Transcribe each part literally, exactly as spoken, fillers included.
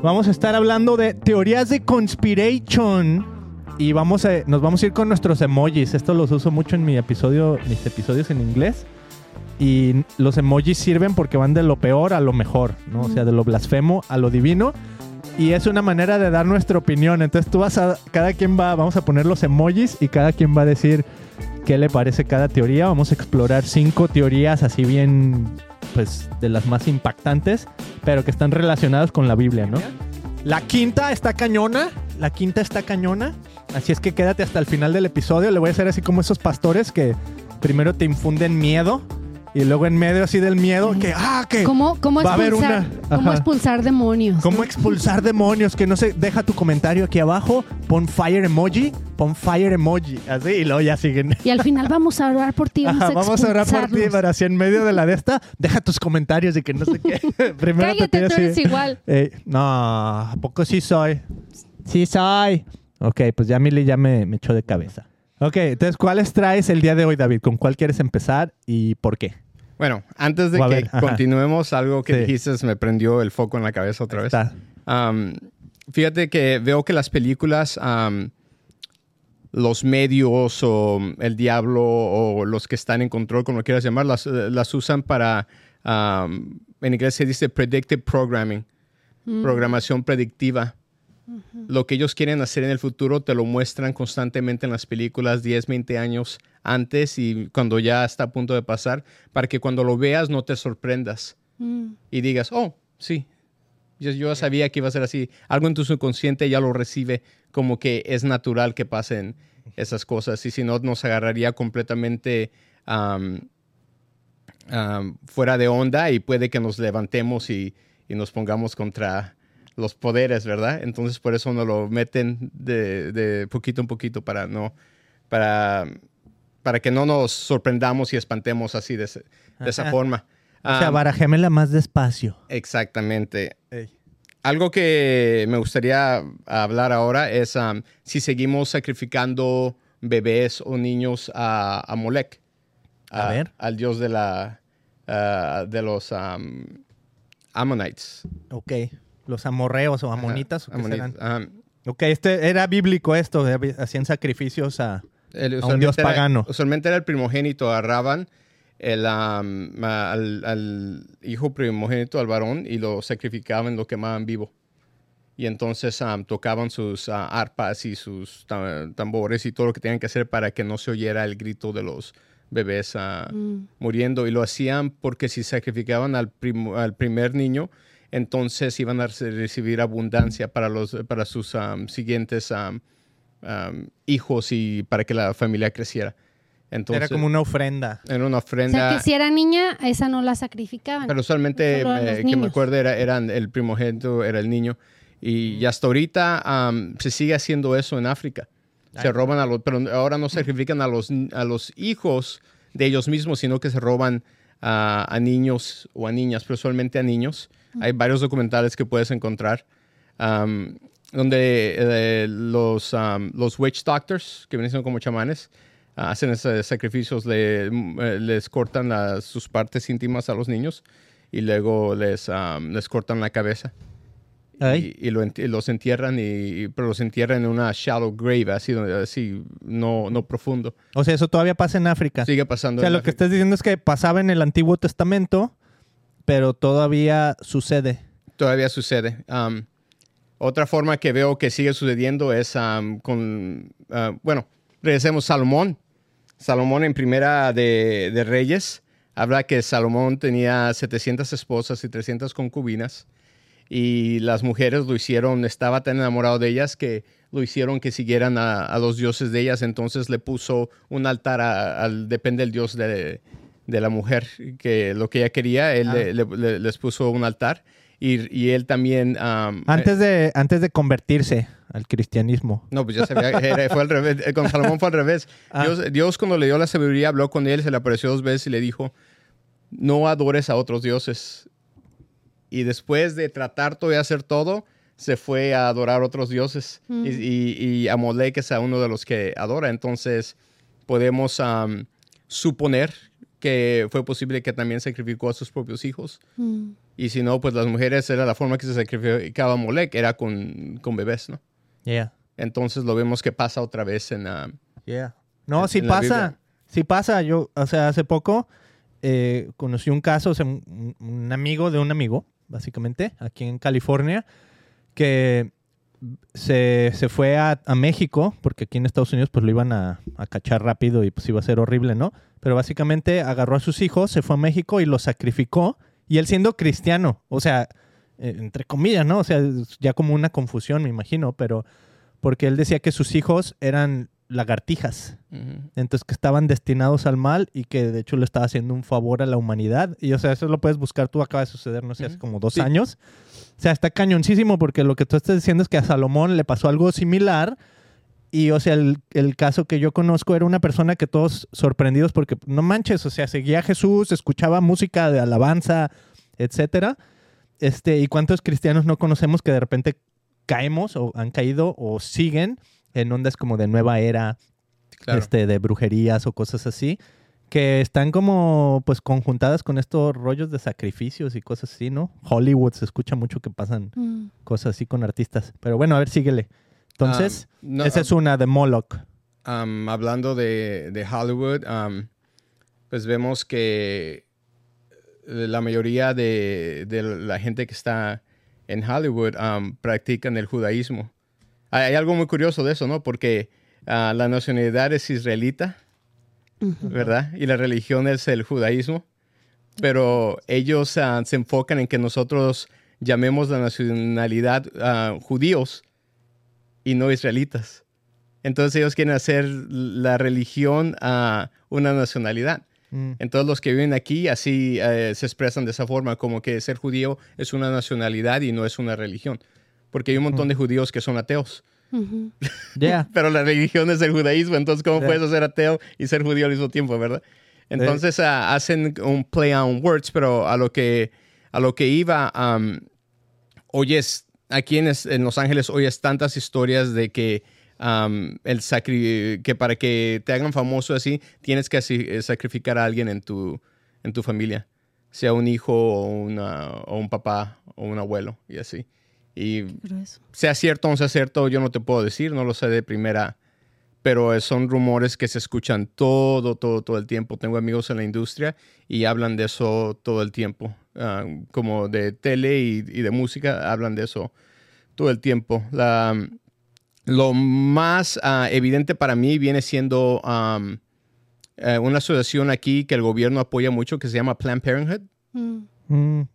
Vamos a estar hablando de teorías de conspiration y vamos a, nos vamos a ir con nuestros emojis. Esto los uso mucho en mi episodio, mis episodios en inglés. Y los emojis sirven porque van de lo peor a lo mejor, ¿no? O sea, de lo blasfemo a lo divino. Y es una manera de dar nuestra opinión. Entonces tú vas a... Cada quien va... Vamos a poner los emojis y cada quien va a decir qué le parece cada teoría. Vamos a explorar cinco teorías así bien... Pues de las más impactantes, pero que están relacionadas con la Biblia, ¿no? La quinta está cañona. La quinta está cañona. Así es que quédate hasta el final del episodio. Le voy a hacer así como esos pastores que primero te infunden miedo. Y luego en medio así del miedo, que ah, que ¿Cómo, cómo va a haber expulsar, una... ¿Cómo expulsar demonios? ¿Cómo expulsar demonios? Que no sé, deja tu comentario aquí abajo, pon fire emoji, pon fire emoji, así, y luego ya siguen. Y al final vamos a orar por ti, vamos, Ajá, a, vamos a orar por ti, pero así en medio de la de esta, deja tus comentarios de que no sé qué. Primero cállate, te tú así, eres igual. Eh, no, ¿a poco sí soy? Sí soy. Ok, pues ya Mili ya me, me echó de cabeza. Ok, entonces, ¿cuáles traes el día de hoy, David? ¿Con cuál quieres empezar y por qué? Bueno, antes de a que ver, ajá. continuemos, algo que Sí. dijiste me prendió el foco en la cabeza otra vez. Está. Um, fíjate que veo que las películas, um, los medios o el diablo o los que están en control, como lo quieras llamar, las, las usan para, um, en inglés se dice predictive programming, mm. programación predictiva. Uh-huh. Lo que ellos quieren hacer en el futuro te lo muestran constantemente en las películas diez, veinte años antes y cuando ya está a punto de pasar, para que cuando lo veas no te sorprendas mm. y digas, oh, sí, yo, yo sabía que iba a ser así. Algo en tu subconsciente ya lo recibe como que es natural que pasen esas cosas y si no nos agarraría completamente um, um, fuera de onda y puede que nos levantemos y, y nos pongamos contra los poderes, ¿verdad? Entonces por eso nos lo meten de, de poquito en poquito para no para, para que no nos sorprendamos y espantemos así de, ese, de esa forma. O sea, um, barajémela más despacio. Exactamente. Ey. Algo que me gustaría hablar ahora es um, si seguimos sacrificando bebés o niños a, a Molech, a, a ver. al dios de la uh, de los um, Ammonites. Ok. Los amorreos o amonitas. Ajá, amonit, serán? Ok, este era bíblico esto. Hacían sacrificios a, el, a un dios era, pagano. Usualmente era el primogénito. Agarraban el, um, al, al hijo primogénito, al varón, y lo sacrificaban, lo quemaban vivo. Y entonces um, tocaban sus uh, arpas y sus tam- tambores y todo lo que tenían que hacer para que no se oyera el grito de los bebés uh, mm. muriendo. Y lo hacían porque si sacrificaban al, prim- al primer niño, entonces iban a recibir abundancia para, los, para sus um, siguientes um, um, hijos y para que la familia creciera. Entonces, era como una ofrenda. Era una ofrenda. O sea, que si era niña, esa no la sacrificaban. Pero usualmente, eh, que me acuerdo, era, eran el primogénito, era el niño. Y, y hasta ahorita um, se sigue haciendo eso en África. Ay, se roban a los... Pero ahora no sacrifican a los, a los hijos de ellos mismos, sino que se roban a, a niños o a niñas, pero usualmente a niños. Hay varios documentales que puedes encontrar um, donde eh, los, um, los witch doctors, que vienen siendo como chamanes, uh, hacen esos sacrificios, le, eh, les cortan las, sus partes íntimas a los niños y luego les, um, les cortan la cabeza. Y, y, lo, y los entierran, y, pero los entierran en una shallow grave, así, así no, no profundo. O sea, eso todavía pasa en África. Sigue pasando. O sea, en lo África. que estás diciendo es que pasaba en el Antiguo Testamento, pero todavía sucede. Todavía sucede. Um, otra forma que veo que sigue sucediendo es um, con... Uh, bueno, regresemos a Salomón. Salomón en Primera de, de Reyes habla que Salomón tenía setecientas esposas y trescientas concubinas. Y las mujeres lo hicieron, estaba tan enamorado de ellas que lo hicieron que siguieran a, a los dioses de ellas. Entonces le puso un altar, a, a, depende del dios de, de la mujer, que lo que ella quería, él ah. le, le, les puso un altar. Y, y él también... Um, antes, de, antes de convertirse al cristianismo. No, pues ya sabía, era, fue al revés. Con Salomón fue al revés. Ah. Dios, Dios cuando le dio la sabiduría habló con él, se le apareció dos veces y le dijo, no adores a otros dioses. Y después de tratar todo y hacer todo, se fue a adorar a otros dioses. Mm. Y, y, y a Molech es a uno de los que adora. Entonces, podemos um, suponer que fue posible que también sacrificó a sus propios hijos. Mm. Y si no, pues las mujeres era la forma que se sacrificaba a Molec, era con, con bebés, ¿no? Yeah. Entonces lo vemos que pasa otra vez en... Uh, Yeah. No, en- sí en la pasa. Biblia. Sí pasa. Yo, o sea, hace poco eh, conocí un caso, o sea, un, un amigo de un amigo, básicamente, aquí en California, que se, se fue a, a México, porque aquí en Estados Unidos pues lo iban a, a cachar rápido y pues iba a ser horrible, ¿no? Pero básicamente agarró a sus hijos, se fue a México y los sacrificó. Y él siendo cristiano, o sea, eh, entre comillas, ¿no? O sea, es ya como una confusión, me imagino, pero porque él decía que sus hijos eran lagartijas. Ujú. Entonces que estaban destinados al mal y que de hecho le estaba haciendo un favor a la humanidad. Y o sea, eso lo puedes buscar tú, acaba de suceder, no sé, hace Ujú. como dos Sí. años. O sea, está cañoncísimo porque lo que tú estás diciendo es que a Salomón le pasó algo similar. Y o sea, el, el caso que yo conozco era una persona que todos sorprendidos porque no manches, o sea, seguía a Jesús, escuchaba música de alabanza, etcétera. Este, ¿y cuántos cristianos no conocemos que de repente caemos o han caído o siguen en ondas como de nueva era, Claro. este, de brujerías o cosas así, que están como pues conjuntadas con estos rollos de sacrificios y cosas así, ¿no? Hollywood se escucha mucho que pasan Mm. cosas así con artistas. Pero bueno, a ver, síguele. Entonces, Um, no, esa es una de Moloch. um, hablando de, de Hollywood, um, pues vemos que la mayoría de, de la gente que está en Hollywood um, practican el judaísmo. Hay, hay algo muy curioso de eso, ¿no? Porque uh, la nacionalidad es israelita, Ujú. ¿verdad? Y la religión es el judaísmo. Pero ellos uh, se enfocan en que nosotros llamemos la nacionalidad uh, judíos y no israelitas. Entonces ellos quieren hacer la religión a una nacionalidad. Mm. Entonces los que viven aquí así eh, se expresan de esa forma, como que ser judío es una nacionalidad y no es una religión. Porque hay un montón de judíos que son ateos. Ujú. Yeah. Pero la religión es el judaísmo, entonces ¿cómo Yeah. puedes ser ateo y ser judío al mismo tiempo, verdad? Entonces ah, hacen un play on words, pero a lo que, a lo que iba, um, oyes, aquí en, es- en Los Ángeles oyes tantas historias de que, um, el sacri que para que te hagan famoso así, tienes que así, eh, sacrificar a alguien en tu, en tu familia, sea un hijo o, una, o un papá o un abuelo y así. Y Grueso. sea cierto o no sea cierto, yo no te puedo decir, no lo sé de primera, pero son rumores que se escuchan todo, todo, todo el tiempo. Tengo amigos en la industria y hablan de eso todo el tiempo, ah, como de tele y, y de música, hablan de eso todo el tiempo. La, lo más ah, evidente para mí viene siendo um, eh, una asociación aquí que el gobierno apoya mucho que se llama Planned Parenthood. Mm. Mm.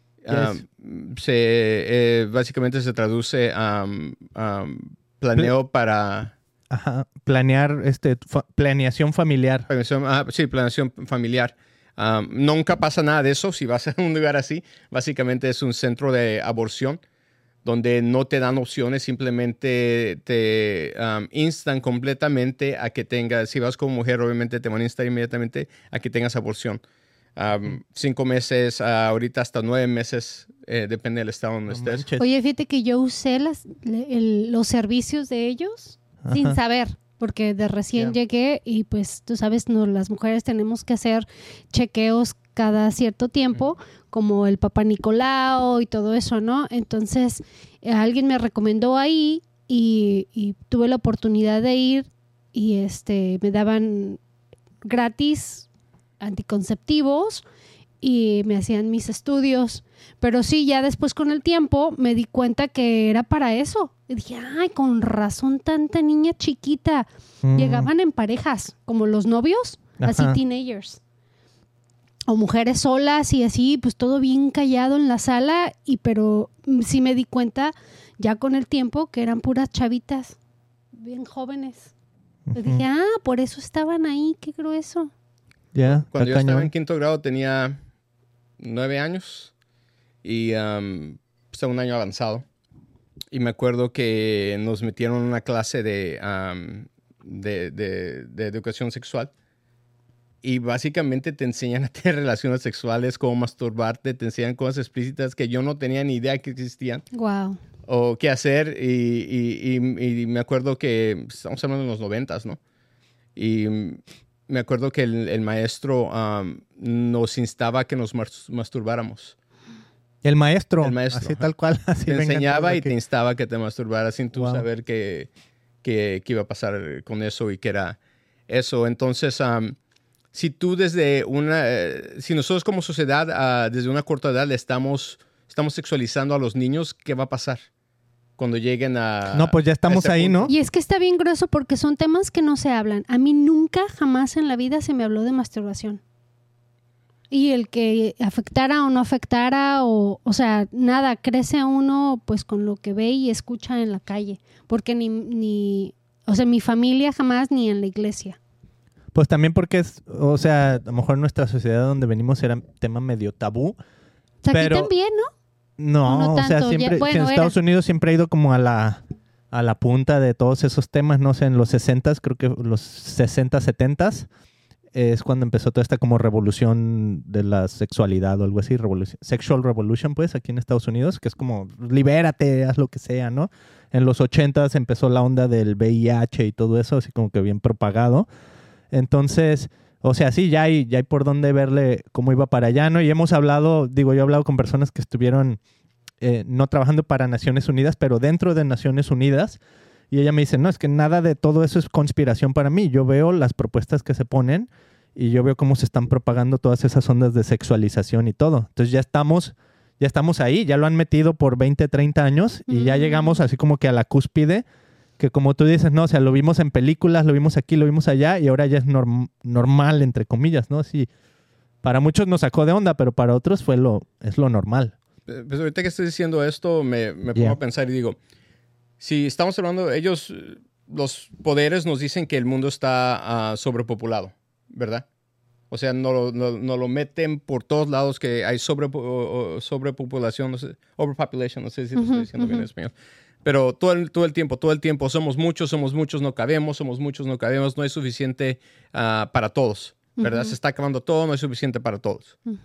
Um, se, eh, básicamente se traduce a um, um, planeo para... Ajá. Planear, este, fa- planeación familiar. Planeación, ah, sí, planeación familiar. Um, nunca pasa nada de eso si vas a un lugar así. Básicamente es un centro de aborción donde no te dan opciones, simplemente te um, instan completamente a que tengas, si vas como mujer, obviamente te van a instar inmediatamente a que tengas aborción. Um, cinco meses, ah, ahorita hasta nueve meses, eh, depende del estado donde No estés. manches. Oye, fíjate que yo usé las, le- el- los servicios de ellos sin Ajá. saber, porque de recién Ya. llegué y pues tú sabes, no, las mujeres tenemos que hacer chequeos cada cierto tiempo, como el Papá Nicolau y todo eso, ¿no? Entonces, eh, alguien me recomendó ahí y, y tuve la oportunidad de ir y este me daban gratis anticonceptivos y me hacían mis estudios. Pero sí, ya después con el tiempo me di cuenta que era para eso. Y dije, ay, con razón tanta niña chiquita. Mm. Llegaban en parejas, como los novios, así Ajá. teenagers. O mujeres solas y así, pues todo bien callado en la sala. Y pero mm, sí me di cuenta ya con el tiempo que eran puras chavitas, bien jóvenes. Yo Ujú. dije, ah, por eso estaban ahí, qué grueso. Ya, Cuando yo está estaba cañón. en quinto grado tenía nueve años y um, pues, un año avanzado. Y me acuerdo que nos metieron en una clase de, um, de, de- de educación sexual. Y básicamente te enseñan a tener relaciones sexuales, cómo masturbarte, te enseñan cosas explícitas que yo no tenía ni idea que existían Wow. o qué hacer. Y, y- y- y me acuerdo que estamos hablando de los noventas, ¿no? Y mm, me acuerdo que el, el maestro um, nos instaba a que nos mas- masturbáramos. El maestro, El maestro, así ajá. tal cual. Así Te venga enseñaba todo y aquí. te instaba a que te masturbaras sin tú Wow. saber qué que, que iba a pasar con eso y que era eso. Entonces, um, si tú desde una... Eh, si nosotros como sociedad, uh, desde una corta edad, le estamos, estamos sexualizando a los niños, ¿qué va a pasar cuando lleguen a... No, pues ya estamos a ese ahí, punto? ¿no? Y es que está bien grueso porque son temas que no se hablan. A mí nunca, jamás en la vida se me habló de masturbación. Y el que afectara o no afectara, o, o sea, nada, crece a uno pues con lo que ve y escucha en la calle. Porque ni, ni, o sea, mi familia jamás ni en la iglesia. Pues también porque es, o sea, a lo mejor en nuestra sociedad donde venimos era un tema medio tabú. O sea, Pero- aquí también, ¿no? No, No o sea, tanto, ya- siempre, bueno, en era. Estados Unidos siempre ha ido como a la, a la punta de todos esos temas, no sé, en los sesentas, creo que los sesenta, setentas, es cuando empezó toda esta como revolución de la sexualidad o algo así, revolución, sexual revolution, pues, aquí en Estados Unidos, que es como, libérate, haz lo que sea, ¿no? En los ochentas empezó la onda del V I H y todo eso, así como que bien propagado. Entonces, o sea, sí, ya hay, ya hay por dónde verle cómo iba para allá, ¿no? Y hemos hablado, digo, yo he hablado con personas que estuvieron eh, no trabajando para Naciones Unidas, pero dentro de Naciones Unidas, y ella me dice, no, es que nada de todo eso es conspiración para mí. Yo veo las propuestas que se ponen y yo veo cómo se están propagando todas esas ondas de sexualización y todo. Entonces ya estamos, ya estamos ahí, ya lo han metido por veinte, treinta años y ya Mm. llegamos así como que a la cúspide, que como tú dices, no, o sea, lo vimos en películas, lo vimos aquí, lo vimos allá y ahora ya es norm- normal, entre comillas, ¿no? Sí, para muchos nos sacó de onda, pero para otros fue lo, es lo normal. Pues ahorita que estoy diciendo esto, me, me pongo Yeah. a pensar y digo, si estamos hablando, ellos, eh, los poderes nos dicen que el mundo está uh, sobrepopulado, ¿verdad? O sea, no lo, no, no lo meten por todos lados que hay sobre, o, o, sobrepopulación, no sé, overpopulation, no sé si lo estoy Ujú, diciendo bien en ujú. español. Pero todo el, todo el tiempo, todo el tiempo, somos muchos, somos muchos, no cabemos, somos muchos, no cabemos, no hay suficiente uh, para todos, ¿verdad? Ujú. Se está acabando todo, no hay suficiente para todos. Ujú.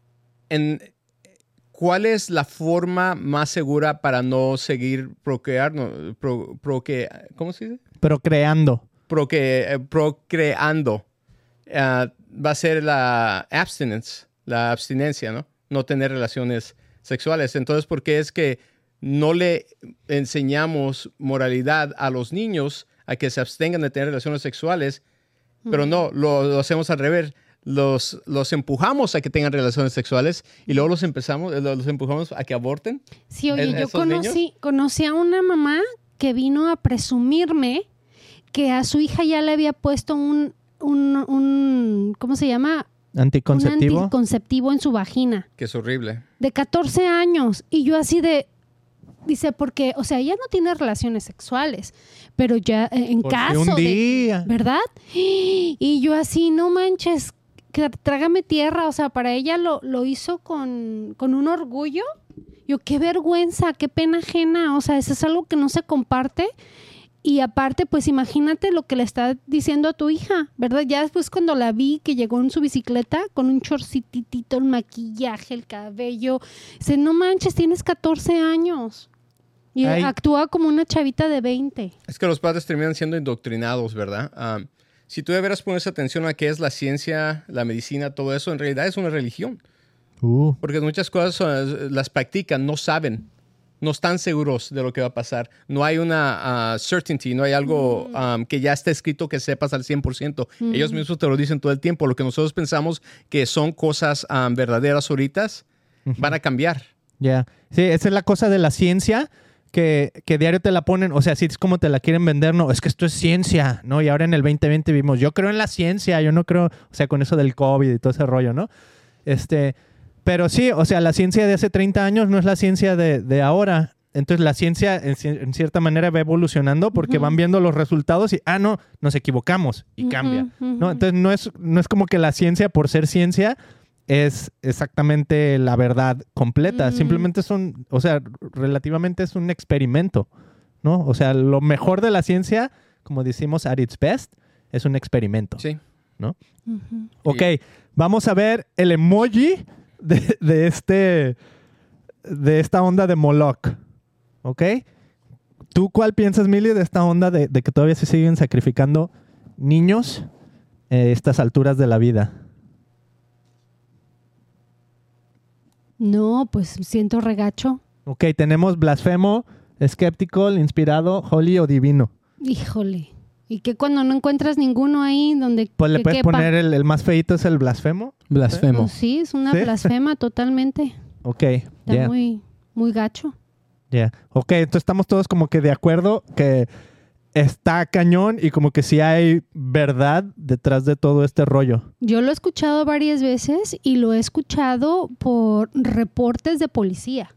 En, ¿Cuál es la forma más segura para no seguir procrear, no, pro, proque- ¿cómo se dice? Procreando. Proque- eh, procreando. Ah, va a ser la abstinence, la abstinencia, ¿no? No tener relaciones sexuales. Entonces, ¿por qué es que no le enseñamos moralidad a los niños a que se abstengan de tener relaciones sexuales? Pero no, lo, lo hacemos al revés. Los, los empujamos a que tengan relaciones sexuales y luego los empezamos, los, los empujamos a que aborten. Sí, oye, ¿Es- yo esos conocí, conocí a una mamá que vino a presumirme que a su hija ya le había puesto un, un, un ¿cómo se llama? Anticonceptivo. Un anticonceptivo en su vagina, Que es horrible. de catorce años. Y yo así de, dice, porque, o sea, ella no tiene relaciones sexuales, pero ya eh, en Por si caso un de, día. ¿verdad? Y yo así, no manches, que trágame tierra, o sea, para ella lo, lo hizo con, con un orgullo. Yo, qué vergüenza, qué pena ajena, o sea, eso es algo que no se comparte. Y aparte, pues imagínate lo que le está diciendo a tu hija, ¿verdad? Ya después cuando la vi que llegó en su bicicleta con un chorcititito, el maquillaje, el cabello, dice, no manches, tienes catorce años. Y Ay. actúa como una chavita de veinte. Es que los padres terminan siendo indoctrinados, ¿verdad? Ah, si tú de veras pones atención a qué es la ciencia, la medicina, todo eso, en realidad es una religión. Uh, Porque muchas cosas eh, las practican, no saben, no están seguros de lo que va a pasar. No hay una uh, certainty, no hay algo um, que ya esté escrito que sepas al cien por ciento. Mm. Ellos mismos te lo dicen todo el tiempo. Lo que nosotros pensamos que son cosas um, verdaderas ahorita van a cambiar. ya. Sí, esa es la cosa de la ciencia. Que, que diario te la ponen, o sea, así es como te la quieren vender, no, es que esto es ciencia, ¿no? Y ahora en el veinte veinte vimos, yo creo en la ciencia, yo no creo, o sea, con eso del COVID y todo ese rollo, ¿no? Este, pero sí, o sea, la ciencia de hace treinta años no es la ciencia de, de ahora. Entonces la ciencia en, ci- en cierta manera va evolucionando porque Ujú. van viendo los resultados y, ah, no, nos equivocamos y Ujú, cambia, ujú. ¿no? Entonces no es, no es como que la ciencia por ser ciencia es exactamente la verdad completa. Mm. Simplemente es un, o sea, relativamente es un experimento, ¿no? O sea, lo mejor de la ciencia, como decimos, at its best, es un experimento. Sí. Ujú. Ok, vamos a ver el emoji de, de este, de esta onda de Moloch, ¿ok? ¿Tú cuál piensas, Milly, de esta onda de, de que todavía se siguen sacrificando niños eh, estas alturas de la vida? No, pues siento regacho. Ok, tenemos blasfemo, skeptical, inspirado, holy o divino. Híjole. ¿Y que cuando no encuentras ninguno ahí donde Pues le que puedes quepa? poner el, el más feito, es el blasfemo. Blasfemo. Pues sí, es una ¿Sí? blasfema totalmente. Ok, Está ya. muy, muy gacho. Ya. Ok, entonces estamos todos como que de acuerdo que está cañón y como que sí hay verdad detrás de todo este rollo. Yo lo he escuchado varias veces y lo he escuchado por reportes de policía.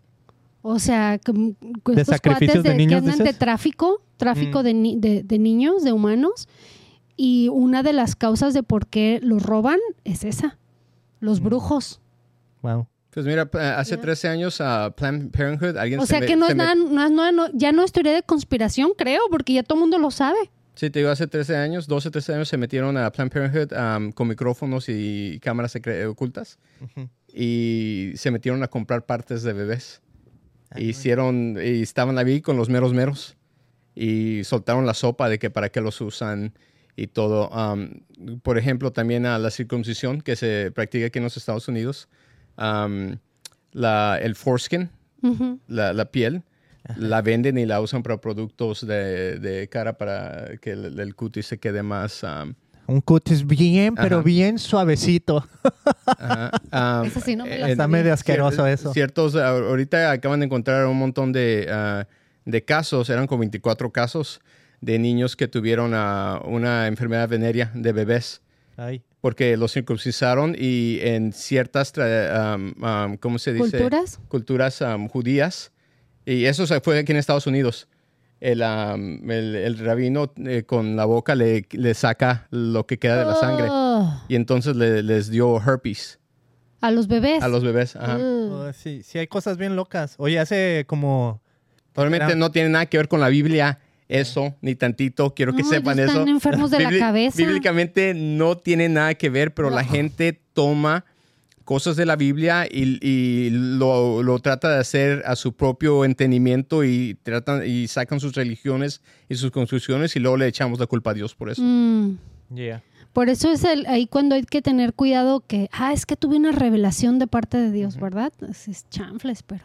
O sea, que, que ¿De estos sacrificios cuates de de, niños, que andan de dices? tráfico, tráfico Mm. de, ni- de, de niños, de humanos. Y una de las causas de por qué los roban es esa, los Mm. brujos. Wow. Pues mira, p- hace Ya. trece años a Planned Parenthood alguien O se sea me- que no se es me- nada, no es- no- no- ya no es teoría de conspiración, creo, porque ya todo el mundo lo sabe. Sí, te digo, hace trece años, doce, trece años se metieron a Planned Parenthood um, con micrófonos y cámaras secre- ocultas Ujú. y se metieron a comprar partes de bebés. Ah, E hicieron, y estaban ahí con los meros meros y soltaron la sopa de que para qué los usan y todo. Um, por ejemplo, también a la circuncisión que se practica aquí en los Estados Unidos. Um, la, el foreskin, Ujú. la, la piel, la venden y la usan para productos de, de cara para que el, el cutis se quede más... um, Un cutis bien, pero Ajá. bien suavecito. ajá, um, Esa sí no me la en- Está medio asqueroso cier- eso. Ciertos, ah, ahorita acaban de encontrar un montón de, ah, de casos, eran como veinticuatro casos de niños que tuvieron ah, una enfermedad venérea de bebés. Ay. Porque los circuncisaron y en ciertas, tra- um, um, ¿cómo se dice? ¿Culturas? Culturas um, judías. Y eso se fue aquí en Estados Unidos. El, um, el, el rabino eh, con la boca le, le saca lo que queda de la sangre. Oh, Y entonces le- les dio herpes a los bebés. a los bebés. Ajá. Ugh. Oh, sí, sí hay cosas bien locas. Oye, hace como... Probablemente Era- no tiene nada que ver con la Biblia eso, ni tantito. Quiero que No, sepan ellos eso. están enfermos de la Bibli- cabeza. Bíblicamente no tiene nada que ver, pero la No. gente toma cosas de la Biblia y, y lo, lo trata de hacer a su propio entendimiento y tratan y sacan sus religiones y sus construcciones y luego le echamos la culpa a Dios por eso. Mm. Yeah. Por eso es el, ahí cuando hay que tener cuidado que, ah, es que tuve una revelación de parte de Dios, ¿verdad? Es, es chanfles, pero...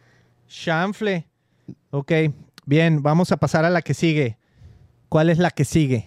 Chanfle. Ok, bien, vamos a pasar a la que sigue. ¿Cuál es la que sigue?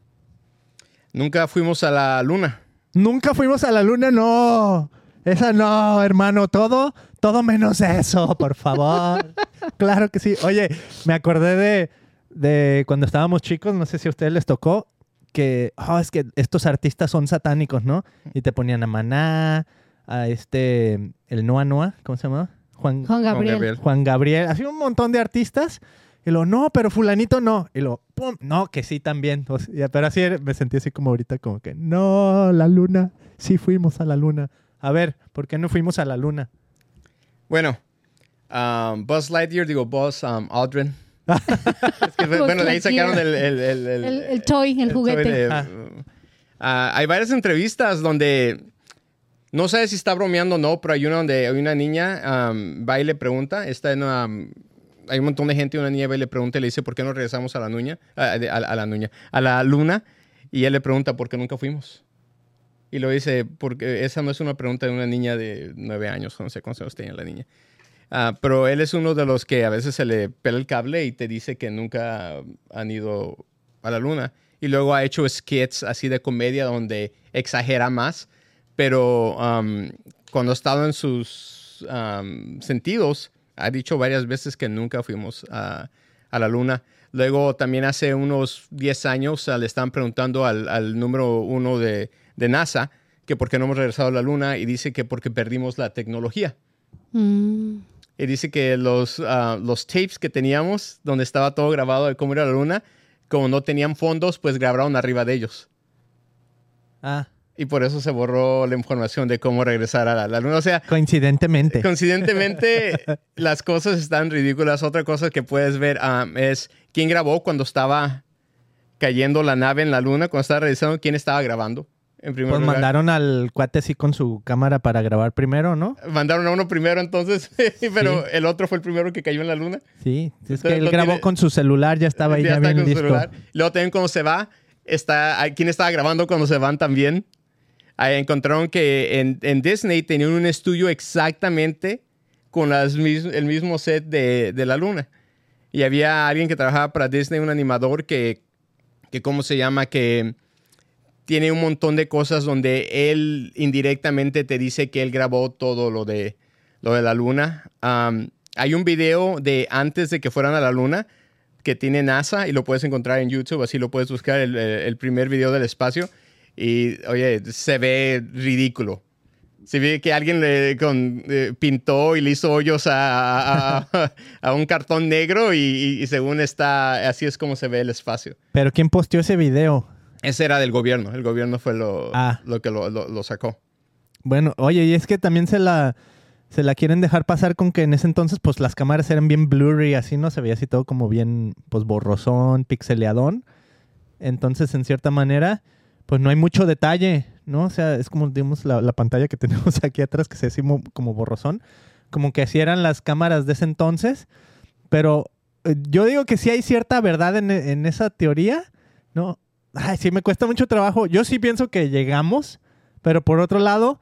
Nunca fuimos a la luna. Nunca fuimos a la luna, no. Esa no, hermano. Todo, todo menos eso, por favor. Claro que sí. Oye, me acordé de, de cuando estábamos chicos, no sé si a ustedes les tocó, que, oh, es que estos artistas son satánicos, ¿no? Y te ponían a Maná, a este, el Noa Noa, ¿cómo se llama? Juan, Juan Gabriel. Gabriel. Juan Gabriel, así un montón de artistas. Y lo, no, pero fulanito no. Y lo, pum, no, que sí también. O sea, pero así era- me sentí así como ahorita, como que, no, la luna, sí fuimos a la luna. A ver, ¿por qué no fuimos a la luna? Bueno, um, Buzz Lightyear, digo Buzz um, Aldrin. Es que, Buzz bueno, de ahí Lightyear. sacaron el... El, el, el- El, el toy, el, juguete. toy de- Ah. Ah, hay varias entrevistas donde... No sé si está bromeando o no, pero hay una donde hay una niña um, va y le pregunta, está en una, um, hay un montón de gente y una niña va y le pregunta y le dice, ¿por qué no regresamos a la luna? A, de- a- a la luna, a la luna. Y él le pregunta, ¿por qué nunca fuimos? Y lo dice, porque esa no es una pregunta de una niña de nueve años, no sé cuántos años tenía la niña. Ah, pero él es uno de los que a veces se le pela el cable y te dice que nunca han ido a la luna. Y luego ha hecho skits así de comedia donde exagera más. Pero um, cuando ha estado en sus um, sentidos, ha dicho varias veces que nunca fuimos a, a la luna. Luego también hace unos diez años uh, le estaban preguntando al, al número uno de, de NASA que por qué no hemos regresado a la luna y dice que porque perdimos la tecnología. Mm. Y dice que los, uh, los tapes que teníamos, donde estaba todo grabado de cómo era la luna, como no tenían fondos, pues grabaron arriba de ellos. Ah, Y por eso se borró la información de cómo regresar a la, la luna. O sea, coincidentemente. coincidentemente, las cosas están ridículas. Otra cosa que puedes ver um, es quién grabó cuando estaba cayendo la nave en la luna, cuando estaba revisando quién estaba grabando. En primer Pues lugar. mandaron al cuate así con su cámara para grabar primero, ¿no? Mandaron a uno primero entonces, pero Sí. el otro fue el primero que cayó en la luna. Sí, es que Entonces, él lo grabó tiene- con su celular, ya estaba ahí ya, está bien con su listo. celular. Luego también cuando se va, está, ¿quién estaba grabando cuando se van también? Ahí encontraron que en, en Disney tenían un estudio exactamente con las mis, el mismo set de, de la luna. Y había alguien que trabajaba para Disney, un animador que, que ¿cómo se llama? Que tiene un montón de cosas donde él indirectamente te dice que él grabó todo lo de, lo de la luna. Um, hay un video de antes de que fueran a la luna que tiene NASA y lo puedes encontrar en YouTube, así lo puedes buscar, el, el primer video del espacio. Y, oye, se ve ridículo. Se ve que alguien le con, eh, pintó y le hizo hoyos a, a, a un cartón negro y, y, y según está, así es como se ve el espacio. ¿Pero quién posteó ese video? Ese era del gobierno. El gobierno fue lo, ah. lo que lo, lo, lo sacó. Bueno, oye, y es que también se la, se la quieren dejar pasar con que en ese entonces pues las cámaras eran bien blurry, así, ¿no? Se veía así todo como bien pues borrosón, pixeleadón. Entonces, en cierta manera, pues no hay mucho detalle, ¿no? O sea, es como, digamos, la, la pantalla que tenemos aquí atrás, que se ve como, como borrosón. Como que así eran las cámaras de ese entonces. Pero eh, yo digo que sí hay cierta verdad en, en esa teoría, ¿no? Ay, sí, me cuesta mucho trabajo. Yo sí pienso que llegamos, pero por otro lado,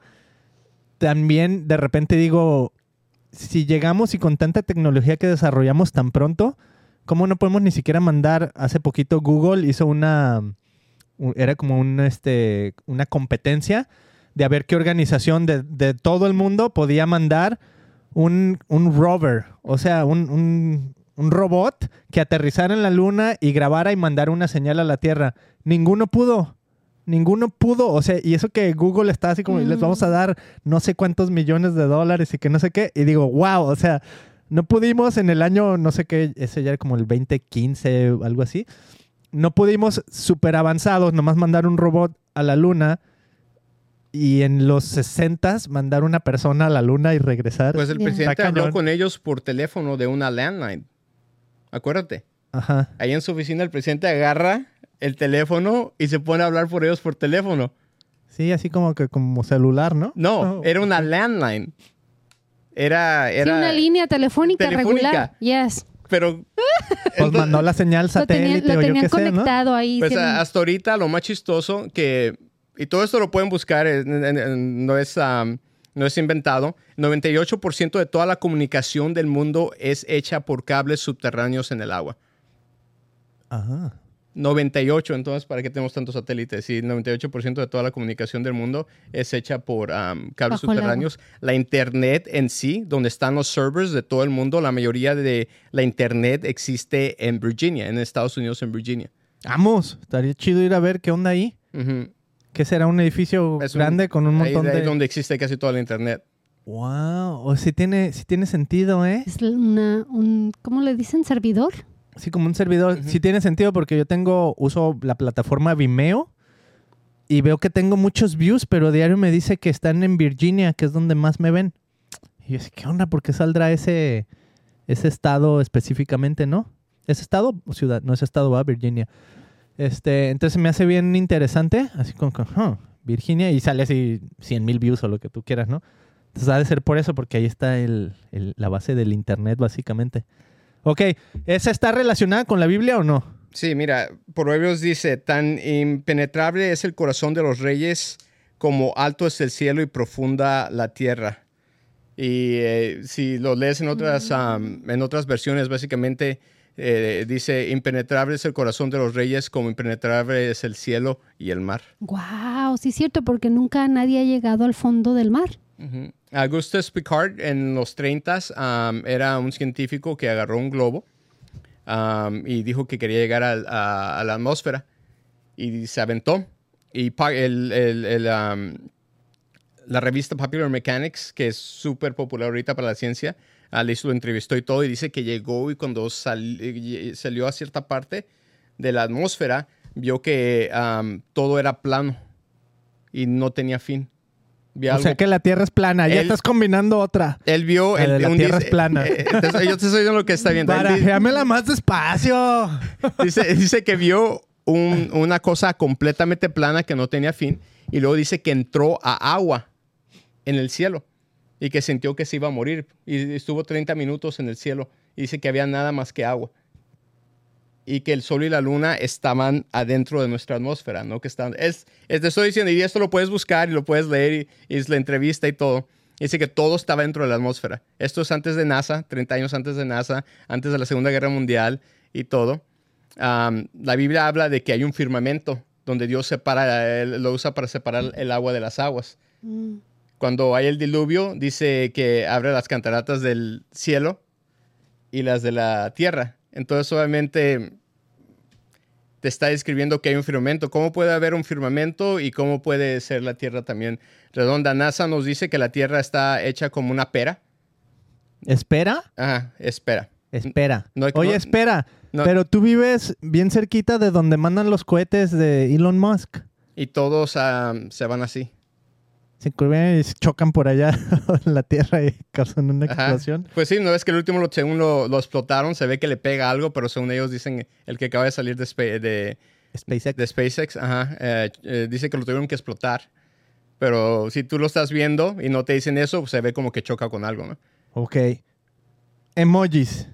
también de repente digo, si llegamos y con tanta tecnología que desarrollamos tan pronto, ¿cómo no podemos ni siquiera mandar? Hace poquito Google hizo una... Era como un, este, una competencia de a ver qué organización de, de todo el mundo podía mandar un, un rover, o sea, un, un, un robot que aterrizara en la luna y grabara y mandara una señal a la Tierra. Ninguno pudo. Ninguno pudo. O sea, y eso que Google está así como, mm. les vamos a dar no sé cuántos millones de dólares y que no sé qué. Y digo, wow, o sea, no pudimos en el año, no sé qué, ese ya era como el veinte quince o algo así. No pudimos súper avanzados nomás mandar un robot a la luna y en los sesentas mandar una persona a la luna y regresar. Pues el presidente habló con ellos por teléfono de una landline. Acuérdate. Ajá. Ahí en su oficina el presidente agarra el teléfono y se pone a hablar por ellos por teléfono. Sí, así como que como celular, ¿no? No, oh, era una landline. Era, era sí, una línea telefónica, telefónica. regular. Yes. Pero pues entonces, mandó la señal satélite lo tenían, lo o yo qué sé, ¿no? conectado ahí. Pues sí. hasta ahorita lo más chistoso que, y todo esto lo pueden buscar, no es, um, no es inventado, noventa y ocho por ciento de toda la comunicación del mundo es hecha por cables subterráneos en el agua. Ajá. noventa y ocho, entonces, ¿para qué tenemos tantos satélites? Sí, noventa y ocho por ciento de toda la comunicación del mundo es hecha por um, cables Bajo subterráneos. La internet en sí, donde están los servers de todo el mundo, la mayoría de la internet existe en Virginia, en Estados Unidos, en Virginia. Vamos, estaría chido ir a ver qué onda ahí. Uh-huh. ¿Qué será? ¿Un edificio es grande un, con un montón ahí, de...? Ahí donde existe casi toda la internet. Wow, o sí tiene, sí tiene sentido, ¿eh? Es una, un, ¿cómo le dicen? ¿Servidor? Sí, como un servidor. Uh-huh. Sí tiene sentido porque yo tengo, uso la plataforma Vimeo y veo que tengo muchos views, pero diario me dice que están en Virginia, que es donde más me ven. Y yo sé, ¿qué onda? ¿Por qué saldrá ese, ese estado específicamente, no? ¿Es estado o ciudad? No, es estado, va, Virginia. Este, entonces me hace bien interesante, así como que, huh, Virginia, y sale así cien mil views o lo que tú quieras, ¿no? Entonces ha de ser por eso, porque ahí está el, el, la base del internet, básicamente. Ok, ¿esa está relacionada con la Biblia o no? Sí, mira, Proverbios dice, tan impenetrable es el corazón de los reyes como alto es el cielo y profunda la tierra. Y eh, si lo lees en otras, um, en otras versiones, básicamente eh, dice, impenetrable es el corazón de los reyes como impenetrable es el cielo y el mar. Wow, sí es cierto, porque nunca nadie ha llegado al fondo del mar. Uh-huh. Augustus Picard en los treintas um, era un científico que agarró un globo um, y dijo que quería llegar a, a, a la atmósfera y se aventó. Y el, el, el, um, la revista Popular Mechanics, que es súper popular ahorita para la ciencia, uh, le hizo, lo entrevistó y todo y dice que llegó y cuando sal, salió a cierta parte de la atmósfera vio que um, todo era plano y no tenía fin. O algo. Sea que la Tierra es plana. Ya él, estás combinando otra. Él vio... El, la un Tierra dice, es plana. Eh, te, yo te estoy diciendo lo que está viendo. Barajéamela más despacio. Dice, dice que vio un, una cosa completamente plana que no tenía fin. Y luego dice que entró a agua en el cielo. Y que sintió que se iba a morir. Y estuvo treinta minutos en el cielo. Y dice que había nada más que agua. y que el sol y la luna estaban adentro de nuestra atmósfera, ¿no? Que estaban, es, es, te estoy diciendo, y esto lo puedes buscar y lo puedes leer, y, y es la entrevista y todo. Dice que todo estaba dentro de la atmósfera. Esto es antes de NASA, treinta años antes de NASA, antes de la Segunda Guerra Mundial y todo. Um, la Biblia habla de que hay un firmamento donde Dios separa, él lo usa para separar el agua de las aguas. Mm. Cuando hay el diluvio, dice que abre las cataratas del cielo y las de la tierra. Entonces, obviamente, te está describiendo que hay un firmamento. ¿Cómo puede haber un firmamento y cómo puede ser la tierra también redonda? NASA nos dice que la tierra está hecha como una pera. ¿Espera? Ajá, espera. Espera. No, Oye, no, espera. no. Pero tú vives bien cerquita de donde mandan los cohetes de Elon Musk. Y todos um, se van así. Se curvan y se chocan por allá en la tierra y causan una Ajá. explosión. Pues sí, no es que el último, según lo, lo explotaron, se ve que le pega algo, pero según ellos dicen, el que acaba de salir de, Spa- de, SpaceX. de SpaceX, ajá, eh, eh, dice que lo tuvieron que explotar. Pero si tú lo estás viendo y no te dicen eso, pues se ve como que choca con algo, ¿no? Ok. Emojis.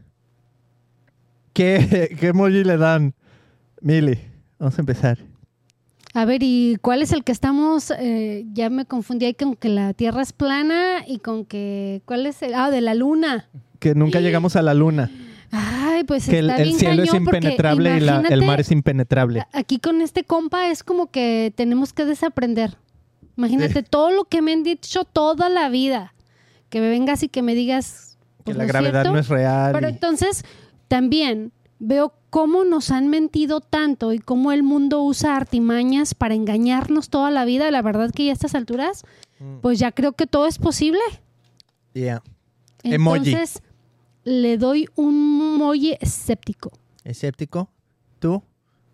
¿Qué, qué emoji le dan? Mili, vamos a empezar. A ver, ¿y cuál es el que estamos? Eh, ya me confundí ahí con que la Tierra es plana y con que... ¿Cuál es el? Ah, de la Luna. Que nunca llegamos a la Luna. Ay, pues Que el, está el bien cielo es cañón, porque impenetrable y la- el imagínate, mar es impenetrable. Aquí con este compa es como que tenemos que desaprender. Imagínate sí. todo lo que me han dicho toda la vida. Que me vengas y que me digas... Que pues, la ¿no gravedad cierto? no es real. Pero y... entonces también veo cómo nos han mentido tanto y cómo el mundo usa artimañas para engañarnos toda la vida. La verdad que ya a estas alturas, mm. pues ya creo que todo es posible. Yeah. Emoji. Entonces, le doy un emoji escéptico. ¿Escéptico? ¿Tú?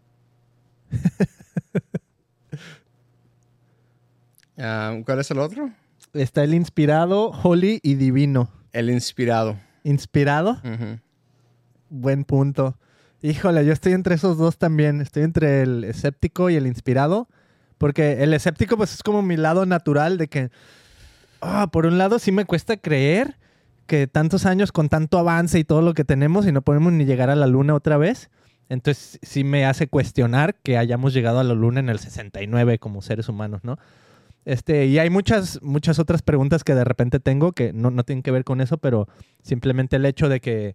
uh, ¿Cuál es el otro? Está el inspirado, holy y divino. El inspirado. ¿Inspirado? Uh-huh. Buen punto. Híjole, yo estoy entre esos dos también. Estoy entre el escéptico y el inspirado. Porque el escéptico pues es como mi lado natural de que... Oh, por un lado sí me cuesta creer que tantos años con tanto avance y todo lo que tenemos y no podemos ni llegar a la luna otra vez. Entonces sí me hace cuestionar que hayamos llegado a la luna en el sesenta y nueve como seres humanos, ¿no? Este, y hay muchas, muchas otras preguntas que de repente tengo que no, no tienen que ver con eso, pero simplemente el hecho de que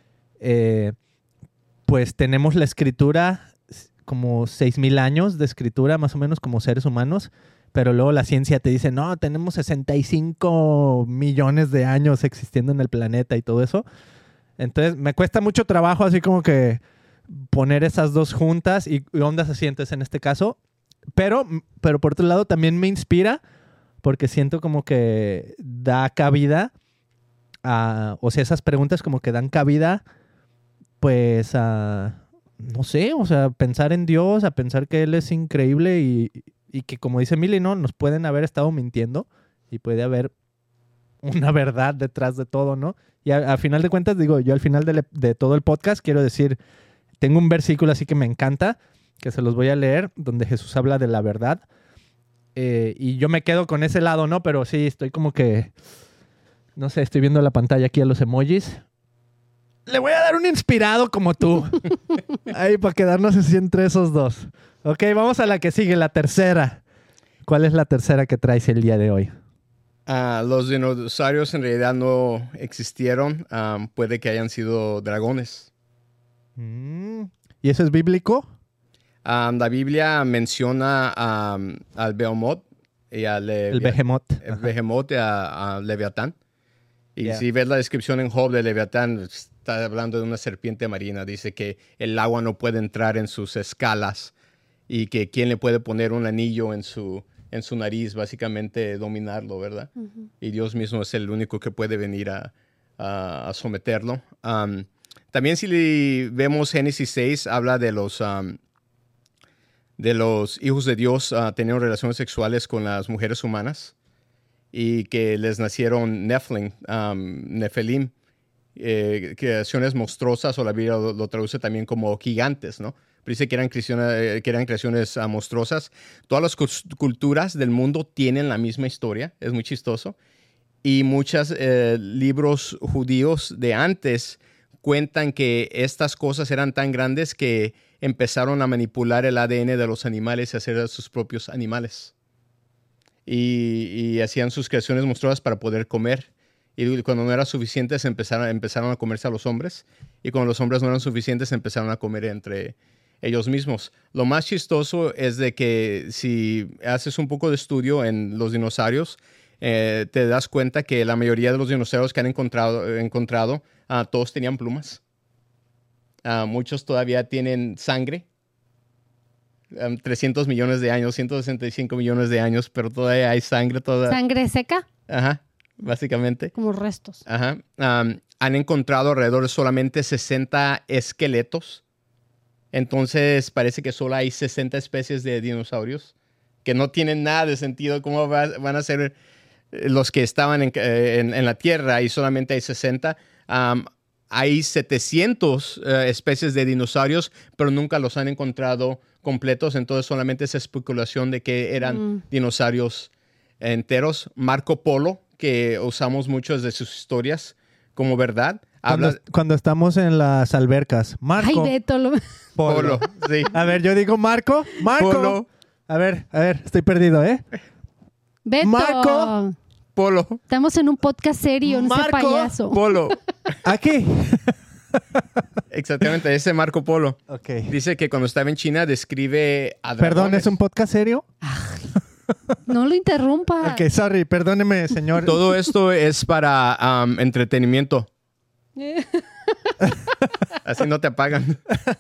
eh, pues tenemos la escritura como seis mil años de escritura más o menos como seres humanos, pero luego la ciencia te dice, no, tenemos sesenta y cinco millones de años existiendo en el planeta y todo eso. Entonces me cuesta mucho trabajo así como que poner esas dos juntas y, y ondas así, entonces en este caso... Pero, pero por otro lado también me inspira porque siento como que da cabida a... O sea, esas preguntas como que dan cabida pues a... No sé, o sea, pensar en Dios, a pensar que Él es increíble y, y que como dice Mili, ¿no? Nos pueden haber estado mintiendo y puede haber una verdad detrás de todo, ¿no? Y a, a final de cuentas, digo, yo al final de, le, de todo el podcast quiero decir, tengo un versículo así que me encanta, que se los voy a leer, donde Jesús habla de la verdad. Eh, y yo me quedo con ese lado, ¿no? Pero sí, estoy como que... No sé, estoy viendo la pantalla aquí a los emojis. Le voy a dar un inspirado como tú. Ahí, para quedarnos así entre esos dos. Ok, vamos a la que sigue, la tercera. ¿Cuál es la tercera que traes el día de hoy? Uh, los dinosaurios en realidad no existieron. Um, puede que hayan sido dragones. Mm. ¿Y eso es bíblico? Um, la Biblia menciona um, al Behemoth y a Levi- el Behemoth. El Behemoth y a, a Leviatán. Y Yeah. si ves la descripción en Job de Leviatán, está hablando de una serpiente marina. Dice que el agua no puede entrar en sus escalas y que quién le puede poner un anillo en su, en su nariz, básicamente dominarlo, ¿verdad? Uh-huh. Y Dios mismo es el único que puede venir a, a, a someterlo. Um, también si vemos Génesis seis, habla de los... Um, de los hijos de Dios uh, teniendo relaciones sexuales con las mujeres humanas y que les nacieron Nephilim, um, Nefelim, eh, creaciones monstruosas, o la Biblia lo, lo traduce también como gigantes, ¿no? Pero dice que eran, creaciones, que eran creaciones uh, monstruosas. Todas las culturas del mundo tienen la misma historia, es muy chistoso. Y muchos eh, libros judíos de antes cuentan que estas cosas eran tan grandes que empezaron a manipular el A D N de los animales y hacer sus propios animales. Y, y hacían sus creaciones monstruosas para poder comer. Y cuando no eran suficientes, empezaron, empezaron a comerse a los hombres. Y cuando los hombres no eran suficientes, empezaron a comer entre ellos mismos. Lo más chistoso es de que si haces un poco de estudio en los dinosaurios, eh, te das cuenta que la mayoría de los dinosaurios que han encontrado, encontrado uh, todos tenían plumas. Uh, muchos todavía tienen sangre. Um, trescientos millones de años, ciento sesenta y cinco millones de años, pero todavía hay sangre. Toda... ¿Sangre seca? Ajá, básicamente. Como restos. Ajá. Um, han encontrado alrededor de solamente sesenta esqueletos. Entonces parece que solo hay sesenta especies de dinosaurios que no tienen nada de sentido. ¿Cómo va, van a ser los que estaban en, en, en la Tierra y solamente hay sesenta? Um, hay setecientas uh, especies de dinosaurios, pero nunca los han encontrado completos. Entonces solamente es especulación de que eran mm. dinosaurios enteros. Marco Polo, que usamos muchas de sus historias como verdad. Cuando, Habla... cuando estamos en las albercas. Marco. Ay, Beto. Lo... Polo. Polo, sí. A ver, yo digo Marco. Marco. Polo. A ver, a ver, estoy perdido, ¿eh? Beto. Marco. Polo. Estamos en un podcast serio, no sea payaso. Polo. Aquí. Exactamente, ese Marco Polo. Okay. Dice que cuando estaba en China describe a dragones. Perdón, ¿es un podcast serio? Ay, no lo interrumpa. Ok, sorry, perdóneme, señor. Todo esto es para um, entretenimiento. Así no te apagan.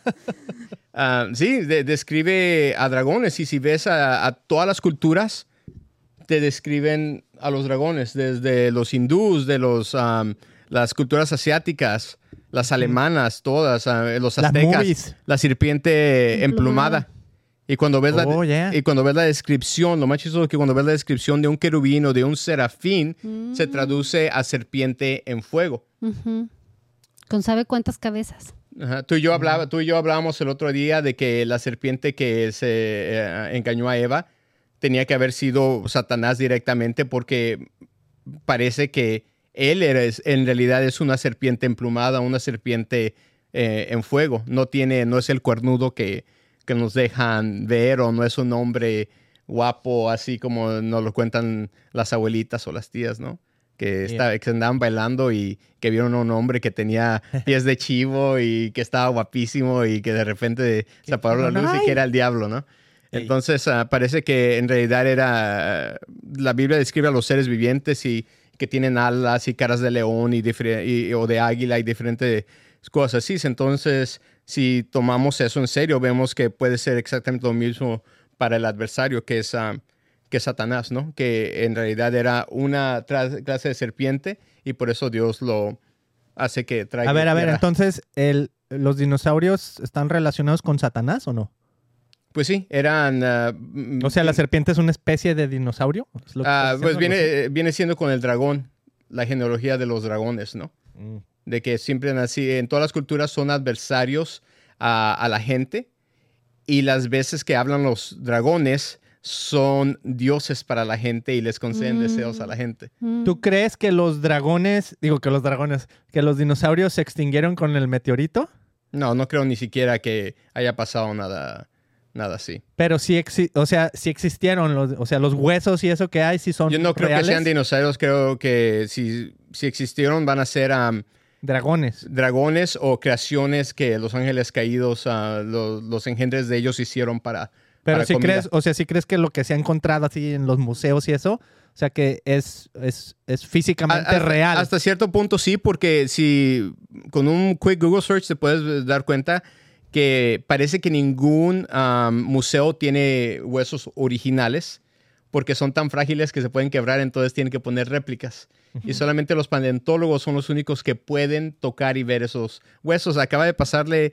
Uh, sí, de, describe a dragones. Y si ves a, a todas las culturas, te describen a los dragones. Desde los hindús, de los, um, las culturas asiáticas, las alemanas, todas, uh, los aztecas, la serpiente emplumada. Y cuando, ves oh, la, yeah. y cuando ves la descripción, lo más chistoso es que cuando ves la descripción de un querubín o de un serafín, mm. se traduce a serpiente en fuego. Uh-huh. ¿Con sabe cuántas cabezas? Ajá. Tú, y yo hablaba, tú y yo hablábamos el otro día de que la serpiente que se eh, engañó a Eva tenía que haber sido Satanás directamente, porque parece que él era, en realidad es una serpiente emplumada, una serpiente eh, en fuego. No tiene, no es el cuernudo que, que nos dejan ver, o no es un hombre guapo así como nos lo cuentan las abuelitas o las tías, ¿no? Que, yeah. está, que andaban bailando y que vieron a un hombre que tenía pies de chivo y que estaba guapísimo y que de repente se apagó la luz y que era el diablo, ¿no? Hey. Entonces uh, parece que en realidad era... Uh, la Biblia describe a los seres vivientes y que tienen alas y caras de león y, y o de águila y diferentes cosas así. Entonces, si tomamos eso en serio, vemos que puede ser exactamente lo mismo para el adversario, que es... Uh, que Satanás, ¿no? Que en realidad era una clase de serpiente y por eso Dios lo hace que traiga... A ver, a ver, tierra. entonces, el, ¿los dinosaurios están relacionados con Satanás o no? Pues sí, eran... Uh, o sea, ¿la serpiente es una especie de dinosaurio? ¿Es lo que uh, pues viene, viene siendo con el dragón, la genealogía de los dragones, ¿no? Mm. De que siempre así, en todas las culturas son adversarios a, a la gente, y las veces que hablan los dragones... son dioses para la gente y les conceden mm. deseos a la gente. ¿Tú crees que los dragones, digo que los dragones, que los dinosaurios se extinguieron con el meteorito? No, no creo ni siquiera que haya pasado nada, nada así. Pero sí, exi- o sea, sí existieron, los, o sea, los huesos y eso que hay sí son Yo no creo reales. que sean dinosaurios, creo que si, si existieron van a ser... Um, dragones. Dragones o creaciones que los ángeles caídos, uh, los, los engendres de ellos hicieron para... Pero si crees, o sea, si crees que lo que se ha encontrado así en los museos y eso, o sea, que es, es, es físicamente hasta, real. Hasta cierto punto sí, porque si con un quick Google search te puedes dar cuenta que parece que ningún um, museo tiene huesos originales, porque son tan frágiles que se pueden quebrar, entonces tienen que poner réplicas. Uh-huh. Y solamente los paleontólogos son los únicos que pueden tocar y ver esos huesos. Acaba de pasarle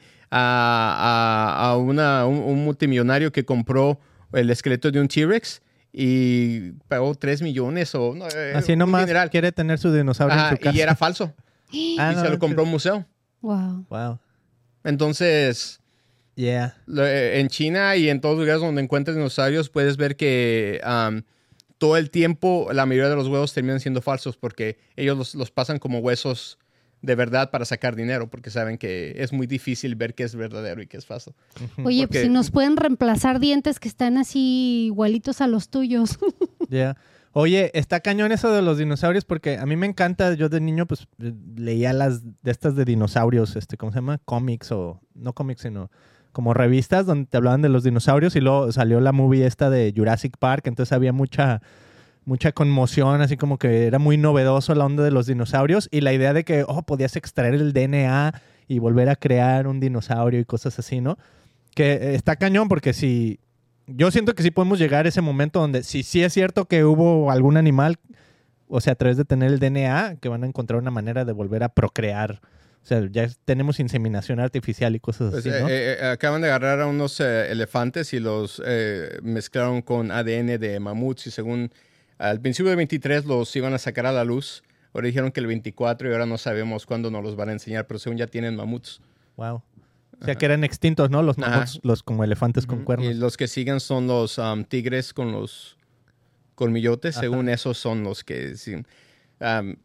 a, a, a una, un, un multimillonario que compró el esqueleto de un T-Rex y pagó tres millones o... No, así nomás dineral. Quiere tener su dinosaurio Ajá, en su casa. Y era falso. ah, y no, se lo compró a un museo. Wow. Wow. Entonces... Yeah. En China y en todos los lugares donde encuentres dinosaurios puedes ver que um, todo el tiempo la mayoría de los huevos terminan siendo falsos porque ellos los, los pasan como huesos de verdad para sacar dinero, porque saben que es muy difícil ver qué es verdadero y qué es falso. Oye, Porque- pues si nos pueden reemplazar dientes que están así igualitos a los tuyos. Ya. Oye, está cañón eso de los dinosaurios porque a mí me encanta, yo de niño pues leía las de estas de dinosaurios, este, ¿cómo se llama? Cómics o, no cómics, sino como revistas donde te hablaban de los dinosaurios y luego salió la movie esta de Jurassic Park, entonces había mucha, mucha conmoción, así como que era muy novedoso la onda de los dinosaurios y la idea de que, oh, podías extraer el D N A y volver a crear un dinosaurio y cosas así, ¿no? Que eh, está cañón porque si... Yo siento que sí podemos llegar a ese momento donde si sí es cierto que hubo algún animal, o sea, a través de tener el D N A, que van a encontrar una manera de volver a procrear. O sea, ya es- tenemos inseminación artificial y cosas Pues, así, eh, ¿no? eh, eh, acaban de agarrar a unos eh, elefantes y los eh, mezclaron con A D N de mamuts y según al principio del veintitrés los iban a sacar a la luz. Ahora dijeron que el veinticuatro y ahora no sabemos cuándo nos los van a enseñar, pero según ya tienen mamuts. Wow. O sea, que eran extintos, ¿no? Los Ajá. mamuts, los como elefantes con cuernos. Y los que siguen son los um, tigres con los colmillotes. Ajá. Según esos son los que... Sí, um,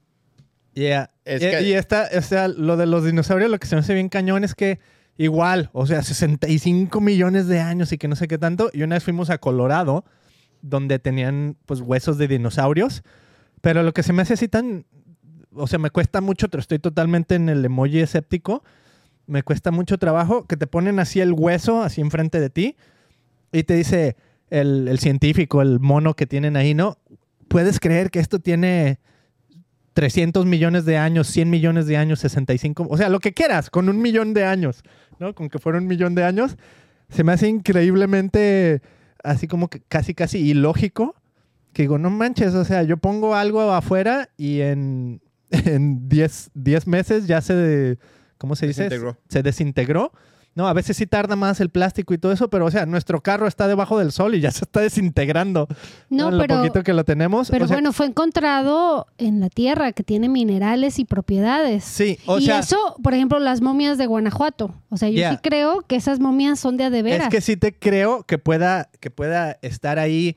Yeah. Es y, que- y esta, o sea, lo de los dinosaurios, lo que se me hace bien cañón es que igual, o sea, sesenta y cinco millones de años y que no sé qué tanto. Y una vez fuimos a Colorado, donde tenían pues huesos de dinosaurios. Pero lo que se me hace así tan... O sea, me cuesta mucho, pero estoy totalmente en el emoji escéptico. Me cuesta mucho trabajo que te ponen así el hueso, así enfrente de ti. Y te dice el, el científico, el mono que tienen ahí, ¿no? ¿Puedes creer que esto tiene trescientos millones de años, cien millones de años, sesenta y cinco? O sea, lo que quieras, con un millón de años, ¿no? Con que fuera un millón de años. Se me hace increíblemente así como que casi, casi ilógico. Que digo, no manches, o sea, yo pongo algo afuera y en, en diez meses ya se, de, ¿cómo se dice? Desintegró. Se desintegró. No, a veces sí tarda más el plástico y todo eso, pero o sea, nuestro carro está debajo del sol y ya se está desintegrando. No, En pero, lo poquito que lo tenemos. pero o sea, bueno, fue encontrado en la tierra que tiene minerales y propiedades. sí, o y sea, eso, por ejemplo, las momias de Guanajuato. O sea, yo Yeah. sí creo que esas momias son de a de veras. es que sí te creo que pueda, que pueda estar ahí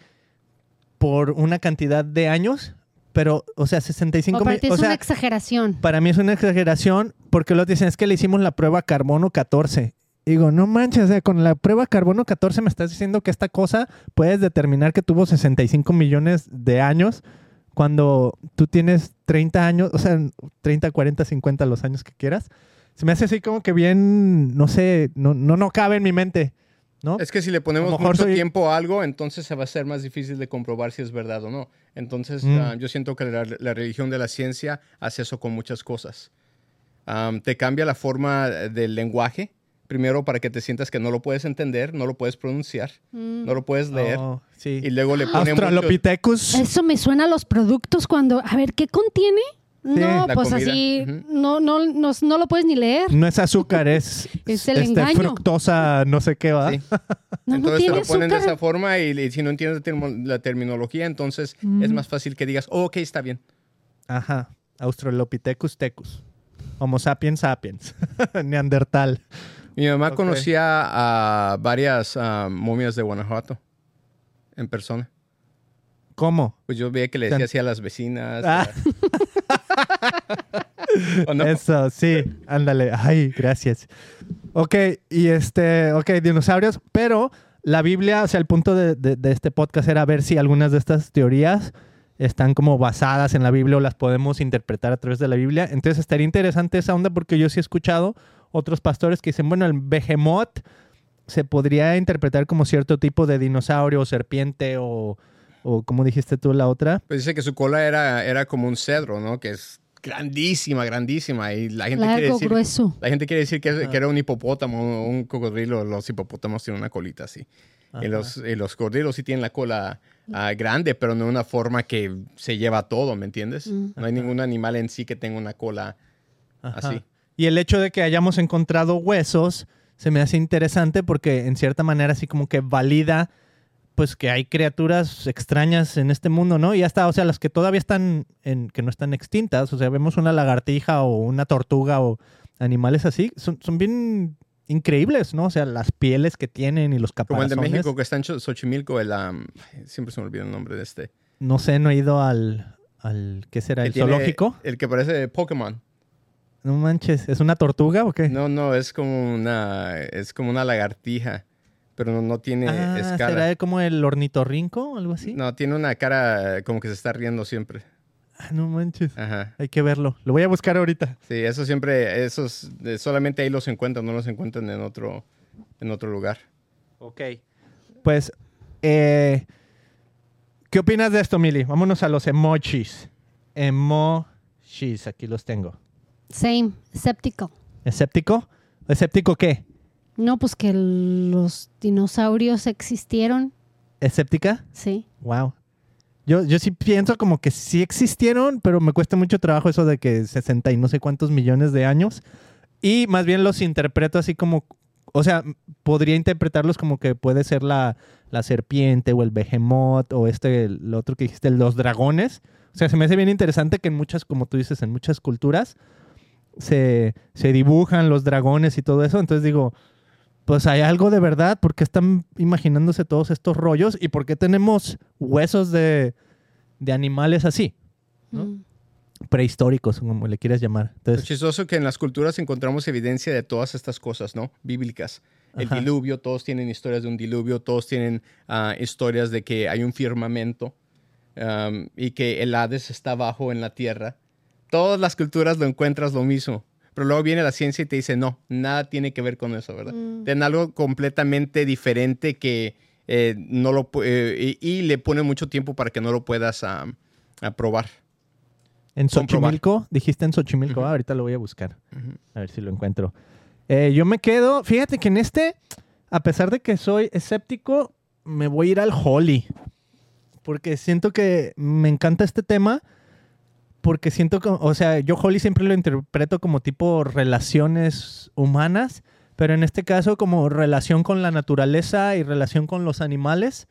por una cantidad de años, pero, o sea, sesenta y cinco o para mil. ti es O sea, una exageración. para mí es una exageración porque lo dicen, es que le hicimos la prueba carbono catorce. Digo, no manches, o sea, con la prueba carbono catorce me estás diciendo que esta cosa puedes determinar que tuvo sesenta y cinco millones de años cuando tú tienes treinta años, o sea, treinta, cuarenta, cincuenta, los años que quieras. Se me hace así como que bien, no sé, no, no, no cabe en mi mente, ¿no? Es que si le ponemos A lo mejor mucho soy- tiempo a algo, entonces se va a ser más difícil de comprobar si es verdad o no. Entonces, Mm. ah, yo siento que la, la religión de la ciencia hace eso con muchas cosas. Am, te cambia la forma del lenguaje, primero para que te sientas que no lo puedes entender, no lo puedes pronunciar, Mm. no lo puedes leer, Oh, sí. y luego le pone mucho... Australopithecus. Eso me suena a los productos cuando, a ver, ¿qué contiene? No, la pues comida. así, Ujú. no, no, no, no lo puedes ni leer. No es azúcar, es, Es el este, engaño. fructosa, no sé qué va. Sí. No, no Entonces te tiene lo ponen de azúcar. esa forma y, y si no entiendes la, termo- la terminología, entonces Mm. es más fácil que digas, oh, ok, está bien. Ajá. Australopithecus tecus. Homo sapiens sapiens. Neandertal. Mi mamá Ok. conocía a varias ah, momias de Guanajuato en persona. ¿Cómo? Pues yo veía que le O sea, decía así a las vecinas. Ah. ¿O no? Eso, sí. Ándale. Ay, gracias. Ok, y este, ok, dinosaurios, pero la Biblia, o sea, el punto de, de- de este podcast era ver si algunas de estas teorías están como basadas en la Biblia o las podemos interpretar a través de la Biblia. Entonces estaría interesante esa onda porque yo sí he escuchado otros pastores que dicen, bueno, el behemoth se podría interpretar como cierto tipo de dinosaurio o serpiente o, o como dijiste tú la otra. Pues dice que su cola era, era como un cedro, ¿no? Que es grandísima, grandísima. Y la gente quiere Largo, decir, grueso. la gente quiere decir que, es- Ah. que era un hipopótamo o un cocodrilo. Los hipopótamos tienen una colita así. Ajá. Y los, y los cocodrilos sí tienen la cola ah, grande, pero no de una forma que se lleva todo, ¿me entiendes? Mm. No hay ningún animal en sí que tenga una cola Ajá. así. Y el hecho de que hayamos encontrado huesos se me hace interesante porque en cierta manera así como que valida pues que hay criaturas extrañas en este mundo, ¿no? Y hasta, o sea, las que todavía están, en, que no están extintas, o sea, vemos una lagartija o una tortuga o animales así, son, son bien increíbles, ¿no? O sea, las pieles que tienen y los Como el caparazones. de México que está en Cho- Xochimilco, el, am, siempre se me olvida el nombre de este. No sé, no he ido al, al ¿qué será? Que ¿El tiene- zoológico? El que parece Pokémon. No manches, ¿es una tortuga o qué? No, no, es como una, es como una lagartija, pero no, no tiene ah, escala. ¿será como el ornitorrinco o algo así? No, tiene una cara como que se está riendo siempre. Ah, no manches. Ajá. Hay que verlo. Lo voy a buscar ahorita. Sí, eso siempre, esos, eh, solamente ahí los encuentran, no los encuentran en otro, en otro lugar. Ok. Pues, eh, ¿qué opinas de esto, Mili? Vámonos a los emojis. Emojis, aquí los tengo. Same, escéptico. ¿Escéptico? ¿Escéptico qué? No, pues que los dinosaurios existieron, ¿Escéptica? sí. Wow. Yo, yo sí pienso como que sí existieron, pero me cuesta mucho trabajo eso de que sesenta y no sé cuántos millones de años. Y más bien los interpreto así como... O sea, podría interpretarlos como que puede ser la, la serpiente o el behemoth o este, el otro que dijiste, los dragones. O sea, se me hace bien interesante que en muchas, como tú dices, en muchas culturas se, se dibujan los dragones y todo eso. Entonces digo, pues hay algo de verdad. ¿Por qué están imaginándose todos estos rollos? ¿Y por qué tenemos huesos de, de animales así? ¿no? Mm. Prehistóricos, como le quieras llamar. Lo Entonces, chistoso que en las culturas encontramos evidencia de todas estas cosas, ¿no? Bíblicas. El Ajá. diluvio, todos tienen historias de un diluvio, todos tienen uh, historias de que hay un firmamento um, y que el Hades está abajo en la tierra. Todas las culturas lo encuentras lo mismo. Pero luego viene la ciencia y te dice, no, nada tiene que ver con eso, ¿verdad? Mm. Tienen algo completamente diferente que eh, no lo eh, y, y le pone mucho tiempo para que no lo puedas um, a probar. en comprobar. Xochimilco, dijiste en Xochimilco, Ujú. ah, ahorita lo voy a buscar. Uh-huh. A ver si lo encuentro. Eh, yo me quedo, fíjate que en este, a pesar de que soy escéptico, me voy a ir al Holly. Porque siento que me encanta este tema. Porque siento que, o sea, yo Holly siempre lo interpreto como tipo relaciones humanas. Pero en este caso como relación con la naturaleza y relación con los animales.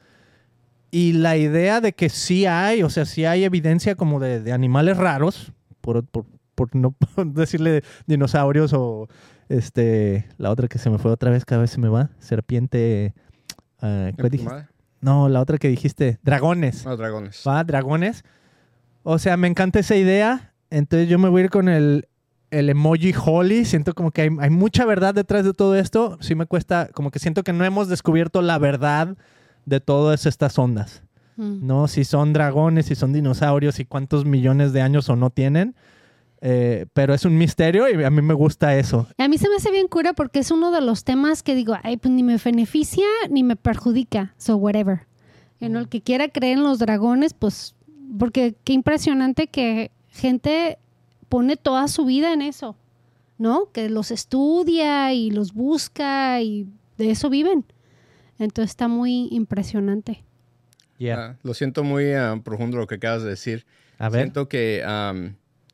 Y la idea de que sí hay, o sea, sí hay evidencia como de, de animales raros. Por, por, por no decirle dinosaurios o... Este, la otra que se me fue otra vez, cada vez se me va. Serpiente. Uh, ¿Cuál dijiste? No, la otra que dijiste. Dragones. Los dragones. Va, dragones. O sea, me encanta esa idea. Entonces yo me voy a ir con el, el emoji Holly. Siento como que hay, hay mucha verdad detrás de todo esto. Sí me cuesta, como que siento que no hemos descubierto la verdad de todas estas ondas. Mm. ¿No? Si son dragones, si son dinosaurios y cuántos millones de años o no tienen. Eh, pero es un misterio y a mí me gusta eso. A mí se me hace bien cura porque es uno de los temas que digo, ay, pues ni me beneficia ni me perjudica, so whatever. En el que quiera creer en los dragones, pues, porque qué impresionante que gente pone toda su vida en eso, ¿no? Que los estudia y los busca y de eso viven. Entonces está muy impresionante. Yeah. Uh, lo siento muy uh, profundo lo que acabas de decir. A ver. Siento que um,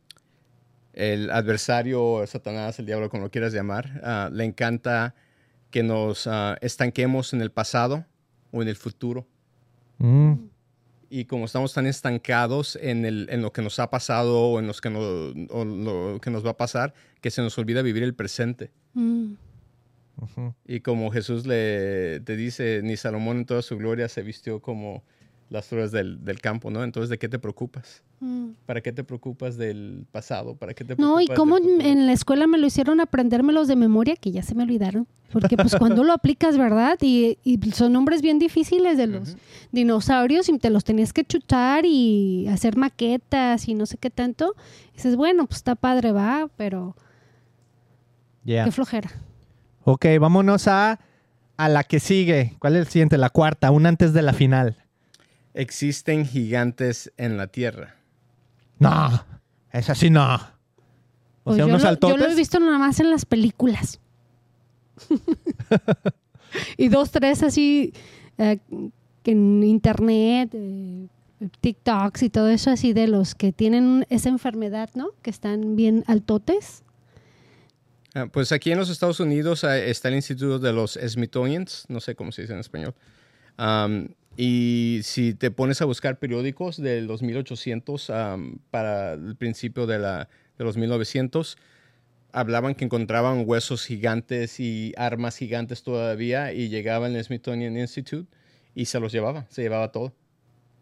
el adversario, Satanás, el diablo, como lo quieras llamar, uh, le encanta que nos uh, estanquemos en el pasado o en el futuro. Mm. Y como estamos tan estancados en, el, en lo que nos ha pasado o en los que no, o lo que nos va a pasar, que se nos olvida vivir el presente. Mm. Uh-huh. Y como Jesús le te dice, ni Salomón en toda su gloria se vistió como las flores del, del campo, ¿no? Entonces, ¿de qué te preocupas? Mm. ¿Para qué te preocupas del pasado? ¿Para qué te No, preocupas y cómo del futuro? en la escuela me lo hicieron aprendérmelos de memoria, que ya se me olvidaron. Porque pues cuando lo aplicas, ¿verdad? Y, y son nombres bien difíciles de los Ujú. dinosaurios y te los tenías que chutar y hacer maquetas y no sé qué tanto. Y dices, bueno, pues está padre, va, pero Yeah. qué flojera. Ok, vámonos a, a la que sigue. ¿Cuál es el siguiente? La cuarta, una antes de la final. Existen gigantes en la tierra. No, es así no. O Pues sea, yo, unos lo, yo saltotes. lo he visto nada más en las películas. Y dos, tres así eh, en internet, eh, TikToks y todo eso así de los que tienen esa enfermedad, ¿no? Que están bien altotes. Ah, pues aquí en los Estados Unidos ah, está el Instituto de los Smithsonians, no sé cómo se dice en español. Um, y si te pones a buscar periódicos de los mil ochocientos um, para el principio de, la, de los mil novecientos, hablaban que encontraban huesos gigantes y armas gigantes todavía y llegaban al Smithsonian Institute y se los llevaba, se llevaba todo.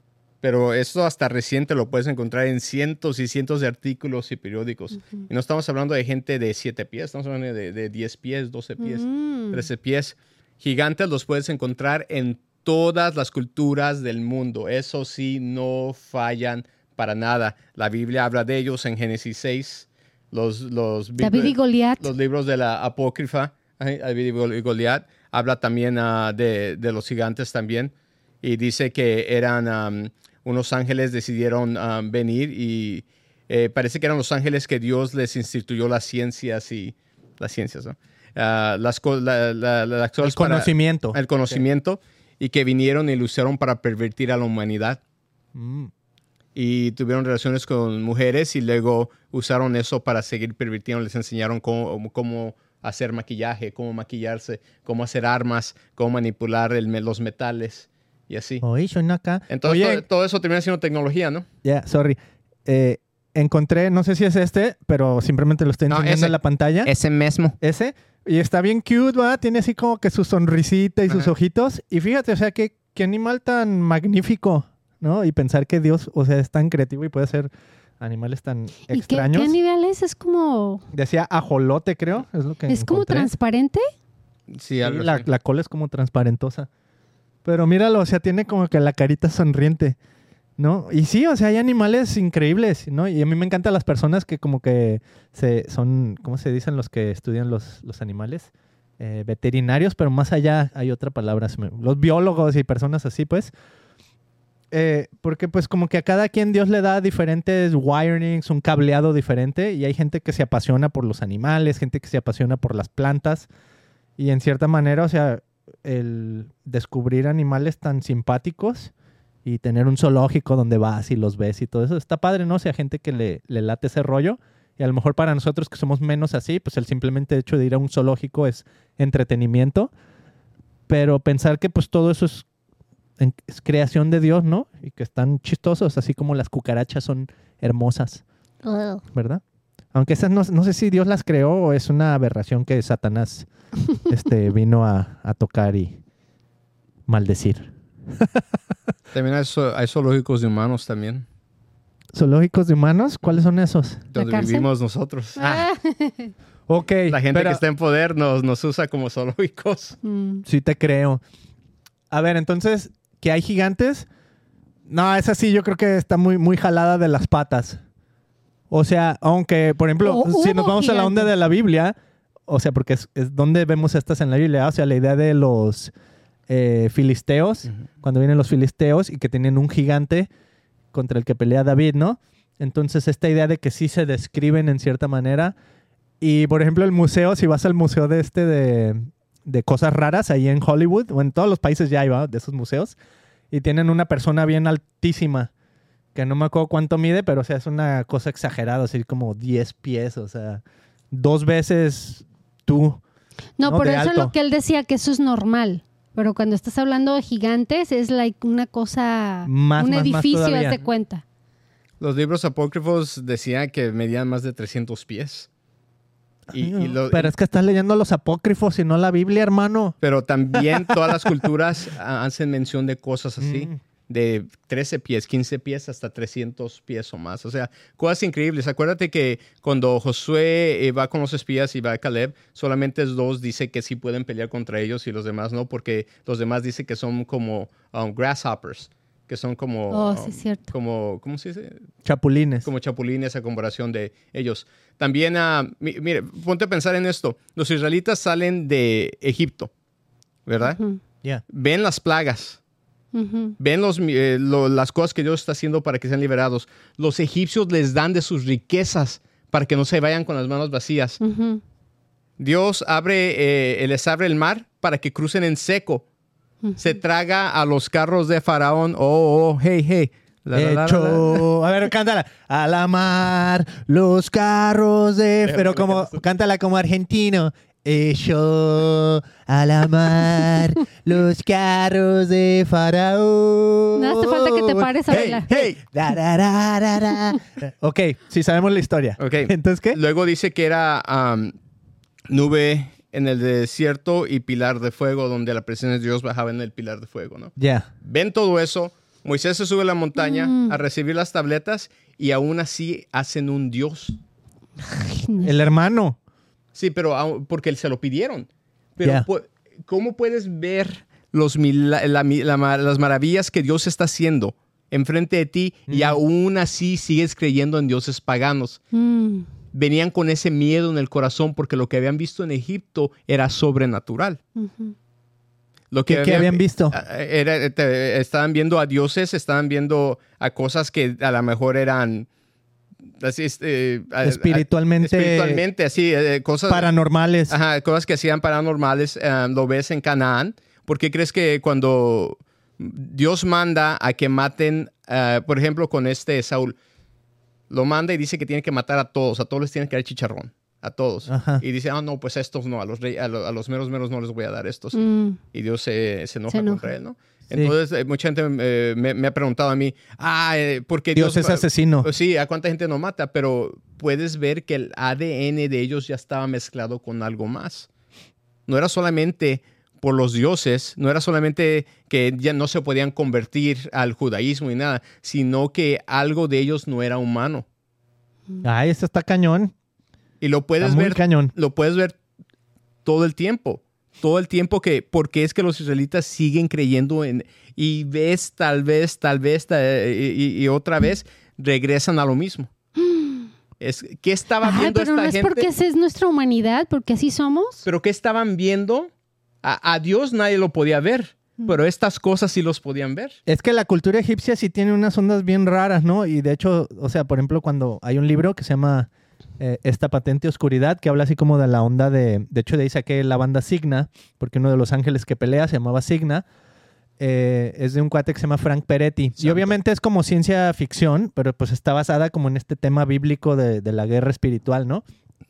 Pero esto hasta reciente lo puedes encontrar en cientos y cientos de artículos y periódicos. Uh-huh. Y no estamos hablando de gente de siete pies, estamos hablando de, de diez pies, doce pies, uh-huh. trece pies. Gigantes los puedes encontrar en todas las culturas del mundo. Eso sí, no fallan para nada. La Biblia habla de ellos en Génesis seis. Los, los, David y Goliat. Los libros de la Apócrifa, David y Goliat, habla también uh, de, de los gigantes también. Y dice que eran... Um, unos ángeles decidieron um, venir y eh, parece que eran los ángeles que Dios les instituyó las ciencias y las ciencias, ¿no? Uh, las, la, la, la, las el conocimiento. Para, el conocimiento sí. Y que vinieron y lo usaron para pervertir a la humanidad. Mm. Y tuvieron relaciones con mujeres y luego usaron eso para seguir pervirtiendo. Les enseñaron cómo, cómo hacer maquillaje, cómo maquillarse, cómo hacer armas, cómo manipular el, los metales. Y así. Oye, son acá. Entonces, Oye, todo, todo eso termina siendo tecnología, ¿no? Ya, yeah, sorry. Eh, encontré, no sé si es este, pero simplemente lo estoy no, enseñando ese, en la pantalla. Ese mismo. Ese. Y está bien cute, ¿va? Tiene así como que su sonrisita y Ajá. sus ojitos. Y fíjate, o sea, qué, qué animal tan magnífico, ¿no? Y pensar que Dios, o sea, es tan creativo y puede hacer animales tan ¿Y extraños. ¿Y qué, qué nivel es? Es como... Decía ajolote, creo. Es, lo que ¿Es como encontré. transparente? Sí, algo sí la, así. la cola es como transparentosa. Pero míralo, o sea, tiene como que la carita sonriente, ¿no? Y sí, o sea, hay animales increíbles, ¿no? Y a mí me encantan las personas que como que se son, ¿cómo se dicen los que estudian los, los animales? Eh, veterinarios, pero más allá hay otra palabra. Los biólogos y personas así, pues. Eh, porque pues como que a cada quien Dios le da diferentes wirings, un cableado diferente. Y hay gente que se apasiona por los animales, gente que se apasiona por las plantas. Y en cierta manera, o sea... el descubrir animales tan simpáticos y tener un zoológico donde vas y los ves y todo eso, está padre, ¿no? O sea, gente que le, le late ese rollo y a lo mejor para nosotros que somos menos así, pues el simplemente hecho de ir a un zoológico es entretenimiento, pero pensar que pues todo eso es, es creación de Dios, ¿no? Y que están chistosos, así como las cucarachas son hermosas, oh. ¿verdad? Aunque esas no, no sé si Dios las creó o es una aberración que Satanás este, vino a, a tocar y maldecir. También hay, zo hay zoológicos de humanos también. ¿Zoológicos de humanos? ¿Cuáles son esos? Donde vivimos nosotros. Ah. Ok. La gente pero... que está en poder nos, nos usa como zoológicos. Mm. Sí te creo. A ver, entonces, ¿que hay gigantes? No, esa sí yo creo que está muy, muy jalada de las patas. O sea, aunque, por ejemplo, oh, si nos vamos gigantes. a la onda de la Biblia, o sea, porque es, es donde vemos estas en la Biblia, o sea, la idea de los eh, filisteos, uh-huh. cuando vienen los filisteos y que tienen un gigante contra el que pelea David, ¿no? Entonces, esta idea de que sí se describen en cierta manera. Y, por ejemplo, el museo, si vas al museo de este de, de cosas raras ahí en Hollywood, o en todos los países ya hay, ¿va? De esos museos, y tienen una persona bien altísima, que no me acuerdo cuánto mide, pero o sea, es una cosa exagerada, así como diez pies, o sea, dos veces tú. No, ¿no? por de eso alto. es lo que él decía, que eso es normal. Pero cuando estás hablando de gigantes, es like una cosa, más, un más, edificio, más haz de cuenta. Los libros apócrifos decían que medían más de trescientos pies. Y, y lo, pero es que estás leyendo los apócrifos y no la Biblia, hermano. Pero también todas las culturas hacen mención de cosas así. Mm. De trece pies, quince pies hasta trescientos pies o más. O sea, cosas increíbles. Acuérdate que cuando Josué va con los espías y va a Caleb, solamente dos dice que sí pueden pelear contra ellos y los demás no, porque los demás dicen que son como um, grasshoppers, que son como... Oh, um, sí, es cierto. Como, ¿cómo se dice? Chapulines. Como chapulines a comparación de ellos. También, uh, mire, ponte a pensar en esto. Los israelitas salen de Egipto, ¿verdad? Uh-huh. Yeah. Ven las plagas. Uh-huh. Ven los, eh, lo, las cosas que Dios está haciendo para que sean liberados. Los egipcios les dan de sus riquezas para que no se vayan con las manos vacías. Uh-huh. Dios abre, eh, les abre el mar para que crucen en seco. Uh-huh. Se traga a los carros de Faraón. Oh, oh, hey, hey. La, la, la, la, la. A ver, cántala. A la mar, los carros de... Pero como, cántala como argentino. Echó a la mar los carros de Faraón. No hace falta que te pares a hey, bailar. Hey, da, da, da, da, da. Ok, sí sabemos la historia. Okay. ¿Entonces qué? Luego dice que era um, nube en el desierto y pilar de fuego, donde la presencia de Dios bajaba en el pilar de fuego, ¿no? Ya. Yeah. Ven todo eso. Moisés se sube a la montaña Mm. a recibir las tabletas y aún así hacen un Dios. El hermano. Sí, pero aún- porque se lo pidieron. Pero Yeah. pu- ¿cómo puedes ver los mila- la- la- la- las maravillas que Dios está haciendo enfrente de ti y Mm. aún así sigues creyendo en dioses paganos? Mm. Venían con ese miedo en el corazón porque lo que habían visto en Egipto era sobrenatural. Ujú. Lo ¿Qué, qué habían visto? Era, te- estaban viendo a dioses, estaban viendo a cosas que a lo mejor eran así, este, a- a- Espiritualmente- espiritualmente, así, eh, cosas Paranormales. Ajá, cosas que hacían paranormales. eh, lo ves en Canaán. ¿Por qué crees que cuando Dios manda a que maten, eh, por ejemplo, con este Saúl, lo manda y dice que tiene que matar a todos, a todos les tiene que dar chicharrón, a todos. Ajá. Y dice, ah, no, pues a estos no, a los, rey- a, lo- a los meros meros no les voy a dar estos. Mm. Y Dios se, se enoja Se enoja. contra él, ¿no? Sí. Entonces, eh, mucha gente eh, me, me ha preguntado a mí, ah, eh, ¿por qué Dios Dios, es asesino. Pues sí, ¿a cuánta gente no mata? Pero puedes ver que el A D N de ellos ya estaba mezclado con algo más. No era solamente por los dioses, no era solamente que ya no se podían convertir al judaísmo y nada, sino que algo de ellos no era humano. Ay, esto está cañón. Y lo puedes Está muy ver, cañón. lo puedes ver todo el tiempo. Todo el tiempo que, porque es que los israelitas siguen creyendo en, y ves, tal vez, tal vez, ta- y, y- y otra vez regresan a lo mismo. Es, ¿Qué estaba Ay, viendo pero esta no es gente? porque esa es nuestra humanidad, porque así somos. Pero ¿qué estaban viendo? A, a Dios nadie lo podía ver, pero estas cosas sí los podían ver. Es que la cultura egipcia sí tiene unas ondas bien raras, ¿no? Y de hecho, o sea, por ejemplo, cuando hay un libro que se llama eh, Esta patente oscuridad, que habla así como de la onda de... De hecho, de ahí saqué la banda Signa, porque uno de los ángeles que pelea se llamaba Signa. Eh, es de un cuate que se llama Frank Peretti. Y Santo. obviamente es como ciencia ficción, pero pues está basada como en este tema bíblico de, de la guerra espiritual, ¿no?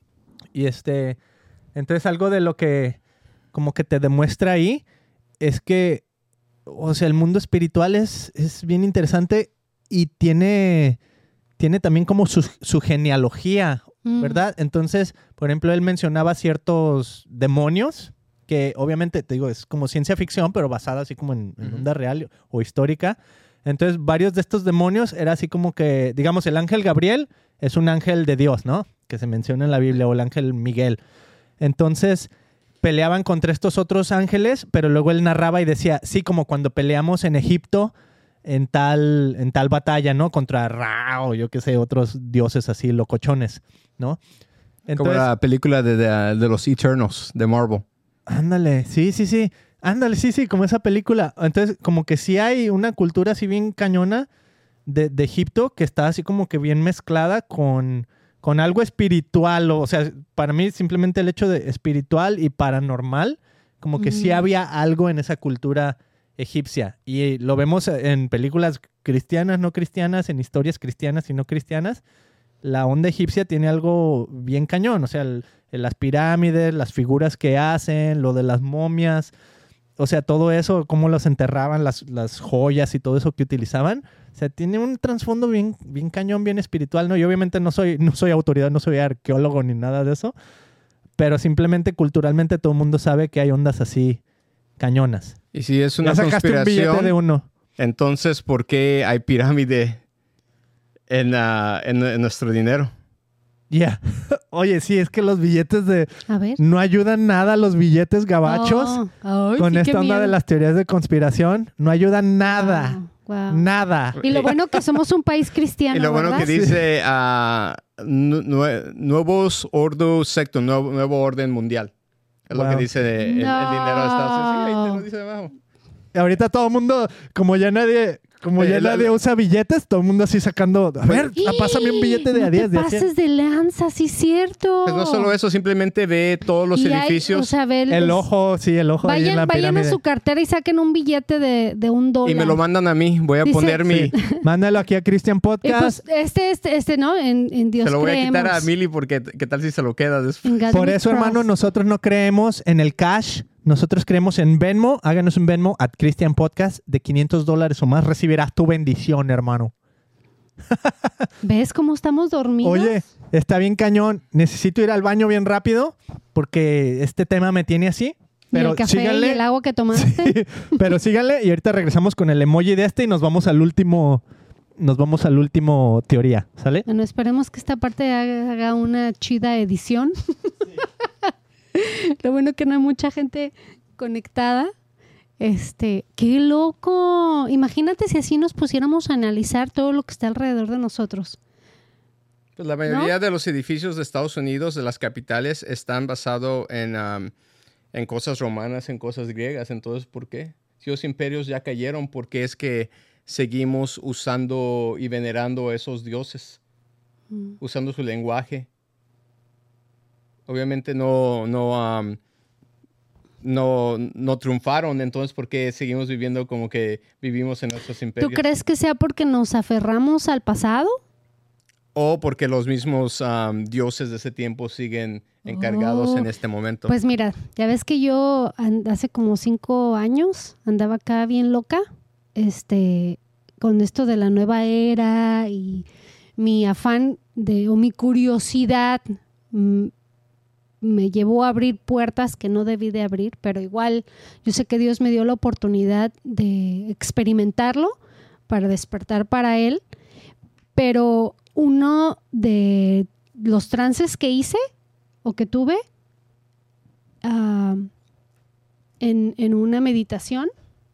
Y este... Entonces algo de lo que como que te demuestra ahí es que, o sea, el mundo espiritual es, es bien interesante y tiene, tiene también como su, su genealogía, Mm. ¿verdad? Entonces, por ejemplo, él mencionaba ciertos demonios que obviamente, te digo, es como ciencia ficción, pero basada así como en, en Ujú. onda real o histórica. Entonces, varios de estos demonios era así como que, digamos, el ángel Gabriel es un ángel de Dios, ¿no? Que se menciona en la Biblia, o el ángel Miguel. Entonces, peleaban contra estos otros ángeles, pero luego él narraba y decía, sí, como cuando peleamos en Egipto en tal, en tal batalla, ¿no? Contra Ra o yo qué sé, otros dioses así locochones, ¿no? Como Entonces, la película de, de, de los Eternals de Marvel. ándale, sí, sí, sí. Ándale, sí, sí, como esa película. Entonces, como que sí hay una cultura así bien cañona de, de Egipto que está así como que bien mezclada con, con algo espiritual. O, o sea, para mí simplemente el hecho de espiritual y paranormal, como que sí Mm. había algo en esa cultura egipcia. Y lo vemos en películas cristianas, no cristianas, en historias cristianas y no cristianas. La onda egipcia tiene algo bien cañón. O sea, el- el- las pirámides, las figuras que hacen, lo de las momias. O sea, todo eso, cómo los enterraban, las, las joyas y todo eso que utilizaban. O sea, tiene un trasfondo bien, bien cañón, bien espiritual, ¿no? Yo obviamente no soy, no soy autoridad, no soy arqueólogo ni nada de eso. Pero simplemente culturalmente todo el mundo sabe que hay ondas así cañonas. Y si es una Ya sacaste un billete conspiración, de uno. entonces, ¿por qué hay pirámide en, ah, en, en nuestro dinero? Ya. Oye, sí, es que los billetes de... A ver. No ayudan nada los billetes gabachos. Oh, ay, con sí, esta qué onda de miedo. las teorías de conspiración. No ayudan nada. Wow, wow. Nada. Y lo bueno que somos un país cristiano, Y lo bueno ¿verdad? que dice ah, nu- nue- nuevos ordo secto, nuevo, nuevo orden mundial. Es lo Wow. que dice de- el, el dinero de Estados Unidos. Sí, ahí te lo dice abajo. Ahorita todo el mundo, como ya nadie, como Eh, ya la- nadie usa billetes, todo el mundo así sacando. A ver, ¡Ih! pásame un billete de a No diez, te de a cien. pases de lanza, sí, cierto. Pues no solo eso, simplemente ve todos los Y hay, edificios o sea, ve El los- ojo, sí, el ojo ahí en Vayan, la vayan a pirámide. su cartera y saquen un billete de, de un dólar. y me lo mandan a mí. Voy a Dice- poner mi... Sí. Mándalo aquí a Christian Y Podcast. pues este, este, este, ¿no? En, en Dios Se lo voy creemos. a quitar a Mili porque qué tal si se lo queda después. En God Por we eso, trust. hermano, nosotros no creemos en el cash. Nosotros creemos en Venmo. Háganos un Venmo at Christian Podcast de quinientos dólares o más. Recibirás tu bendición, hermano. ¿Ves cómo estamos dormidos? Oye, está bien cañón. Necesito ir al baño bien rápido porque este tema me tiene así. Pero y el café síganle. y el agua que tomaste. Pero síganle y ahorita regresamos con el emoji de este y nos vamos al último, nos vamos al último teoría, ¿sale? Bueno, esperemos que esta parte haga, haga una chida edición. Lo bueno que no hay mucha gente conectada. Este, qué loco. Imagínate si así nos pusiéramos a analizar todo lo que está alrededor de nosotros. Pues la mayoría ¿No? de los edificios de Estados Unidos, de las capitales, están basados en, um, en cosas romanas, en cosas griegas. Entonces, ¿por qué? Si los imperios ya cayeron, ¿por qué es que seguimos usando y venerando a esos dioses? Mm. Usando su lenguaje. Obviamente no, no, um, no, no triunfaron, entonces ¿por qué seguimos viviendo como que vivimos en nuestros imperios? ¿Tú crees que sea porque nos aferramos al pasado? O porque los mismos um, dioses de ese tiempo siguen encargados Oh, en este momento. Pues mira, ya ves que yo and- hace como cinco años andaba acá bien loca, este, con esto de la nueva era y mi afán de, o mi curiosidad mm, me llevó a abrir puertas que no debí de abrir, pero igual yo sé que Dios me dio la oportunidad de experimentarlo para despertar para Él, pero uno de los trances que hice o que tuve uh, en, en una meditación,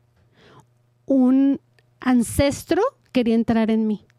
un ancestro quería entrar en mí.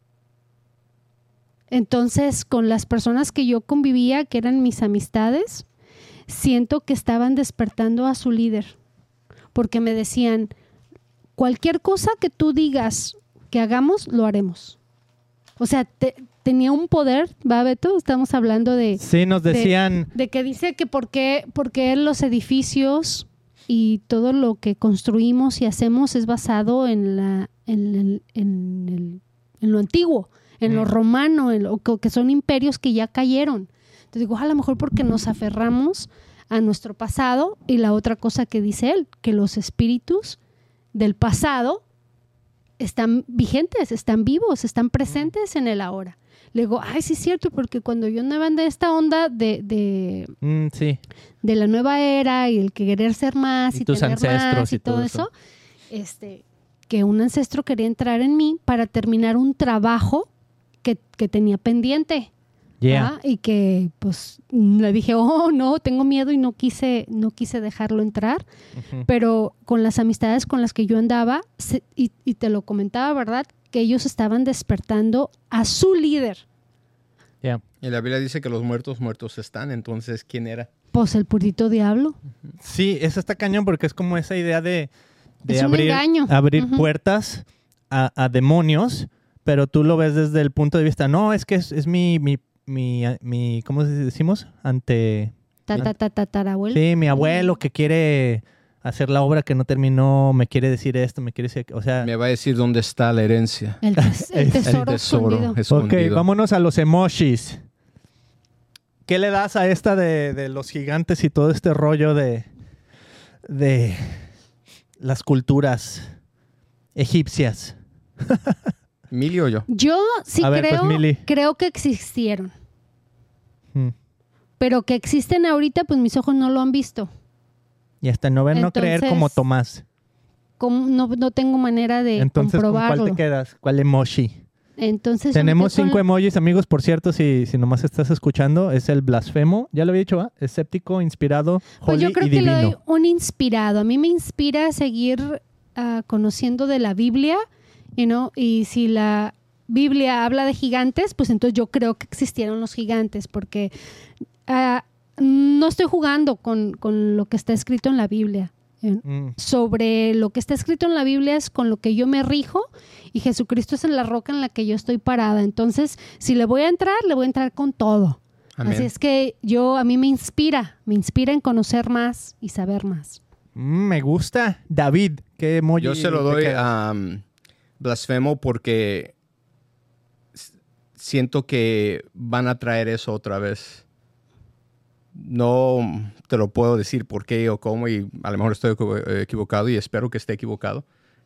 Entonces, con las personas que yo convivía, que eran mis amistades, siento que estaban despertando a su líder, porque me decían, cualquier cosa que tú digas que hagamos, lo haremos. O sea, te, tenía un poder, ¿va, Beto? Estamos hablando de... Sí, nos decían... De, de que dice que por qué, porque los edificios y todo lo que construimos y hacemos es basado en, la, en, el, en, el, en lo antiguo, en mm. lo romano, en lo, que son imperios que ya cayeron. Entonces digo, a lo mejor porque nos aferramos a nuestro pasado, y la otra cosa que dice él, que los espíritus del pasado están vigentes, están vivos, están presentes en el ahora. Le digo, ay, sí es cierto, porque cuando yo andaba en esta onda de, de, mm, sí. de la nueva era y el querer ser más y, y tener más y, y todo eso, eso, este, que un ancestro quería entrar en mí para terminar un trabajo que, que tenía pendiente. Yeah. Y que pues le dije, oh, no, tengo miedo y no quise, no quise dejarlo entrar. Uh-huh. Pero con las amistades con las que yo andaba, se, y, y te lo comentaba, ¿verdad? Que ellos estaban despertando a su líder. Yeah. Y la Biblia dice que los muertos muertos están, entonces, ¿quién era? Pues el purito diablo. Sí, eso está cañón porque es como esa idea de, de es abrir, un engaño. abrir uh-huh. puertas a, a demonios, pero tú lo ves desde el punto de vista, no, es que es, es mi... mi Mi, mi, ¿cómo decimos? Ante... Tatarabuelo. Sí, mi abuelo que quiere hacer la obra que no terminó, me quiere decir esto, me quiere decir... O sea... Me va a decir dónde está la herencia. El, tes el tesoro, el tesoro escondido. escondido. Ok, vámonos a los emojis. ¿Qué le das a esta de, de los gigantes y todo este rollo de... de las culturas egipcias? ¿Mili o yo? Yo sí ver, creo, pues, creo que existieron. Hmm. Pero que existen ahorita, pues mis ojos no lo han visto. Y hasta no ver, no creer como Tomás. ¿Cómo? No, no tengo manera de Entonces, comprobarlo. ¿con cuál te quedas? ¿Cuál emoji? Entonces, tenemos cinco con... emojis, amigos, por cierto, si, si nomás estás escuchando, es el blasfemo, ya lo había dicho, ¿eh? Escéptico, inspirado, holy pues yo creo y que divino. le doy un inspirado. A mí me inspira a seguir uh, conociendo de la Biblia. You know, y si la Biblia habla de gigantes, pues entonces yo creo que existieron los gigantes, porque uh, no estoy jugando con, con lo que está escrito en la Biblia. ¿eh? Mm. Sobre lo que está escrito en la Biblia es con lo que yo me rijo, y Jesucristo es en la roca en la que yo estoy parada. Entonces, si le voy a entrar, le voy a entrar con todo. Amén. Así es que yo, a mí me inspira, me inspira en conocer más y saber más. Mm, me gusta. David, ¿qué emoji? Yo se lo doy a... Um, blasfemo porque siento que van a traer eso otra vez. No te lo puedo decir por qué o cómo, y a lo mejor estoy equivocado y espero que esté equivocado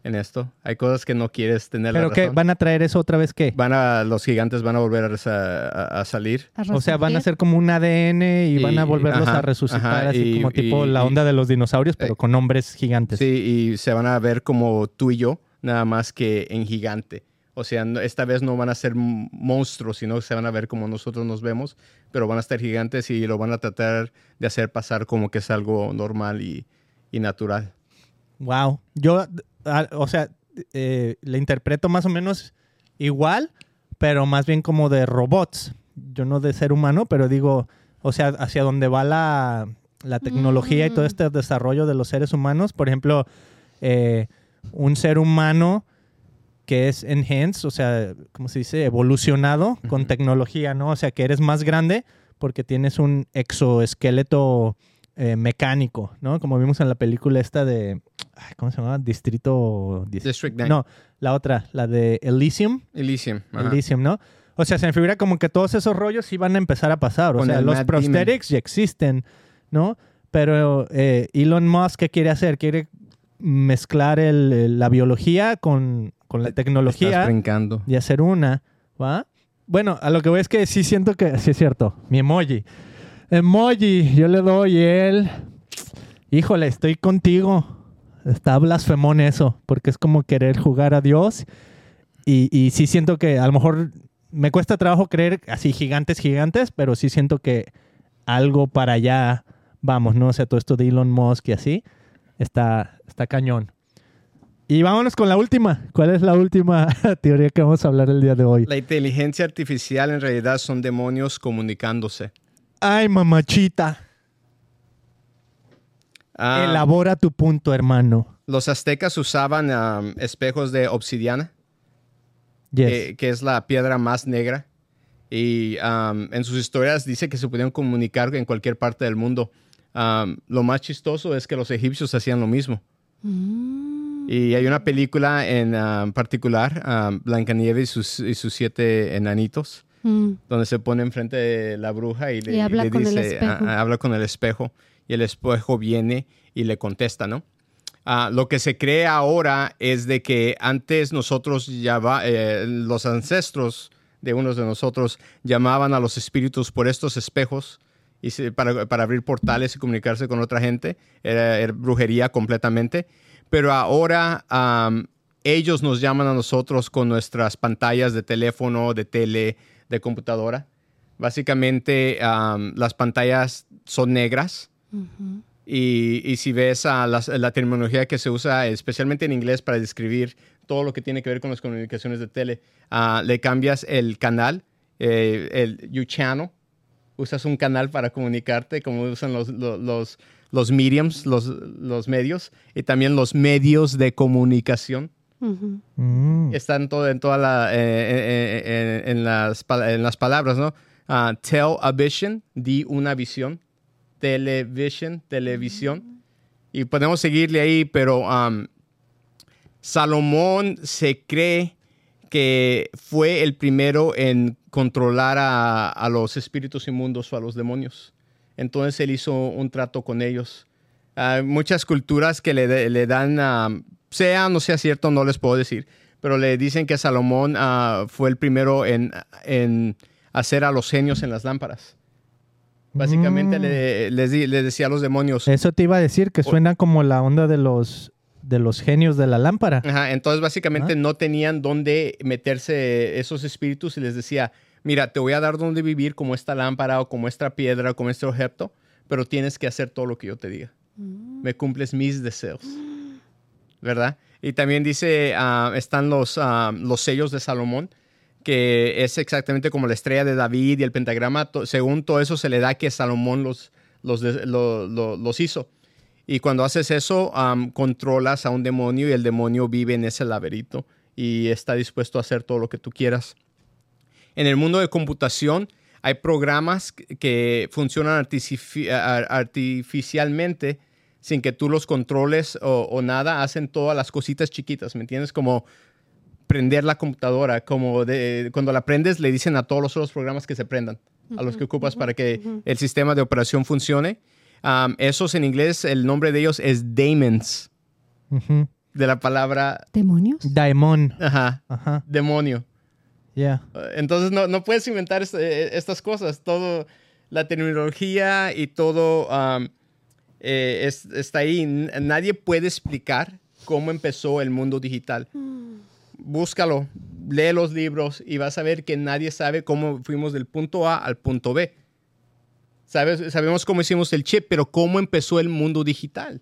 en esto. Hay cosas que no quieres tener la ¿Pero qué? razón. ¿Van a traer eso otra vez qué? Van a, los gigantes van a volver a, a, a salir. A O sea, van a resurgir. ser como un A D N y, Y- van a volverlos ajá, a resucitar, ajá, así y- como tipo y- la y- onda de los dinosaurios, pero eh, con hombres gigantes. Sí, y se van a ver como tú y yo, nada más que en gigante. O sea, no- esta vez no van a ser m- monstruos, sino que se van a ver como nosotros nos vemos, pero van a estar gigantes y lo van a tratar de hacer pasar como que es algo normal y, y natural. Wow. Yo, a- o sea, eh, le interpreto más o menos igual, pero más bien como de robots. Yo no de ser humano, pero digo, o sea, hacia dónde va la, la tecnología y todo Mm. este desarrollo de los seres humanos. Por ejemplo, eh, un ser humano que es enhanced, o sea, ¿cómo se dice? Evolucionado con Ujú. tecnología, ¿no? O sea, que eres más grande porque tienes un exoesqueleto eh, mecánico, ¿no? Como vimos en la película esta de... ay, ¿cómo se llama? Distrito... dis- District nueve. No, la otra, la de Elysium. Elysium. ajá. Elysium, ¿no? O sea, se me figura como que todos esos rollos sí van a empezar a pasar. O Con sea, el los Matt prosthetics ya existen, ¿no? Pero eh, Elon Musk, ¿qué quiere hacer? Quiere mezclar el- el- la biología con, con la Estás tecnología brincando. y hacer una, ¿va? Bueno, a lo que voy es que sí siento que... Sí es cierto, mi emoji. Emoji, yo le doy el... Híjole, estoy contigo. Está blasfemón eso, porque es como querer jugar a Dios. Y, y sí siento que a lo mejor me cuesta trabajo creer así gigantes, gigantes, pero sí siento que algo para allá vamos, ¿no? O sea, todo esto de Elon Musk y así, está, está cañón. Y vámonos con la última. ¿Cuál es la última teoría que vamos a hablar el día de hoy? La inteligencia artificial en realidad son demonios comunicándose. Ay, mamachita. Ah, Elabora tu punto, hermano. los aztecas usaban um, espejos de obsidiana, Yes. que, que es la piedra más negra. Y um, en sus historias dice que se podían comunicar en cualquier parte del mundo. Um, lo más chistoso es que los egipcios hacían lo mismo. Mm. Y hay una película en um, particular, um, Blancanieves y sus, y sus siete enanitos, Mm. donde se pone enfrente de la bruja y le, Y habla le con el dice, espejo. a- a- habla con el espejo, y el espejo viene y le contesta, ¿no? Ah, lo que se cree ahora es de que antes nosotros, llama- eh, los ancestros de unos de nosotros llamaban a los espíritus por estos espejos y se- para, para abrir portales y comunicarse con otra gente. Era, era brujería completamente. Pero ahora am, ellos nos llaman a nosotros con nuestras pantallas de teléfono, de tele, de computadora. Básicamente am, las pantallas son negras. Ujú. Y, y si ves a las- la terminología que se usa, especialmente en inglés, para describir todo lo que tiene que ver con las comunicaciones de tele, ah, le cambias el canal, eh, el U-Channel. Usas un canal para comunicarte, como usan los, los, los, los mediums, los, los medios, y también los medios de comunicación. Ujú. Mm. Están todo, en, toda la, eh, eh, eh, en, en las, pa- en las palabras, ¿no? Ah, tell a vision, di una visión. Television, televisión. Y podemos seguirle ahí, pero um, Salomón se cree que fue el primero en controlar a, a los espíritus inmundos o a los demonios. Entonces él hizo un trato con ellos. Hay muchas culturas que le, de- le dan, um, sea o no sea cierto, no les puedo decir, pero le dicen que Salomón uh, fue el primero en, en hacer a los genios en las lámparas. Básicamente Mm. le, les, di- les decía a los demonios. Eso te iba a decir, que suena como la onda de los, de los genios de la lámpara. Ajá, entonces básicamente Ah. no tenían dónde meterse esos espíritus y les decía, mira, te voy a dar dónde vivir como esta lámpara o como esta piedra o como este objeto, pero tienes que hacer todo lo que yo te diga. Me cumples mis deseos. ¿Verdad? Y también dice, ah, están los, ah, los sellos de Salomón, que es exactamente como la estrella de David y el pentagrama. To- según todo eso se le da que Salomón los, los, de- lo- lo- los hizo. Y cuando haces eso, um, controlas a un demonio y el demonio vive en ese laberinto y está dispuesto a hacer todo lo que tú quieras. En el mundo de computación hay programas que- que funcionan artifici- ar- artificialmente sin que tú los controles o, o nada. Hacen todas las cositas chiquitas, ¿me entiendes? Como prender la computadora, como de, cuando la prendes le dicen a todos los otros programas que se prendan, a los que ocupas para que el sistema de operación funcione. Um, esos en inglés, el nombre de ellos es daemons. Ujú. de la palabra... ¿Demonios? Daemon. Ajá, Ajá. demonio. Yeah. Entonces no, no puedes inventar est estas cosas. Todo, la terminología y todo um, eh, es, está ahí. N nadie puede explicar cómo empezó el mundo digital. Mm. Búscalo, lee los libros y vas a ver que nadie sabe cómo fuimos del punto A al punto B. ¿Sabes? Sabemos cómo hicimos el chip, pero cómo empezó el mundo digital.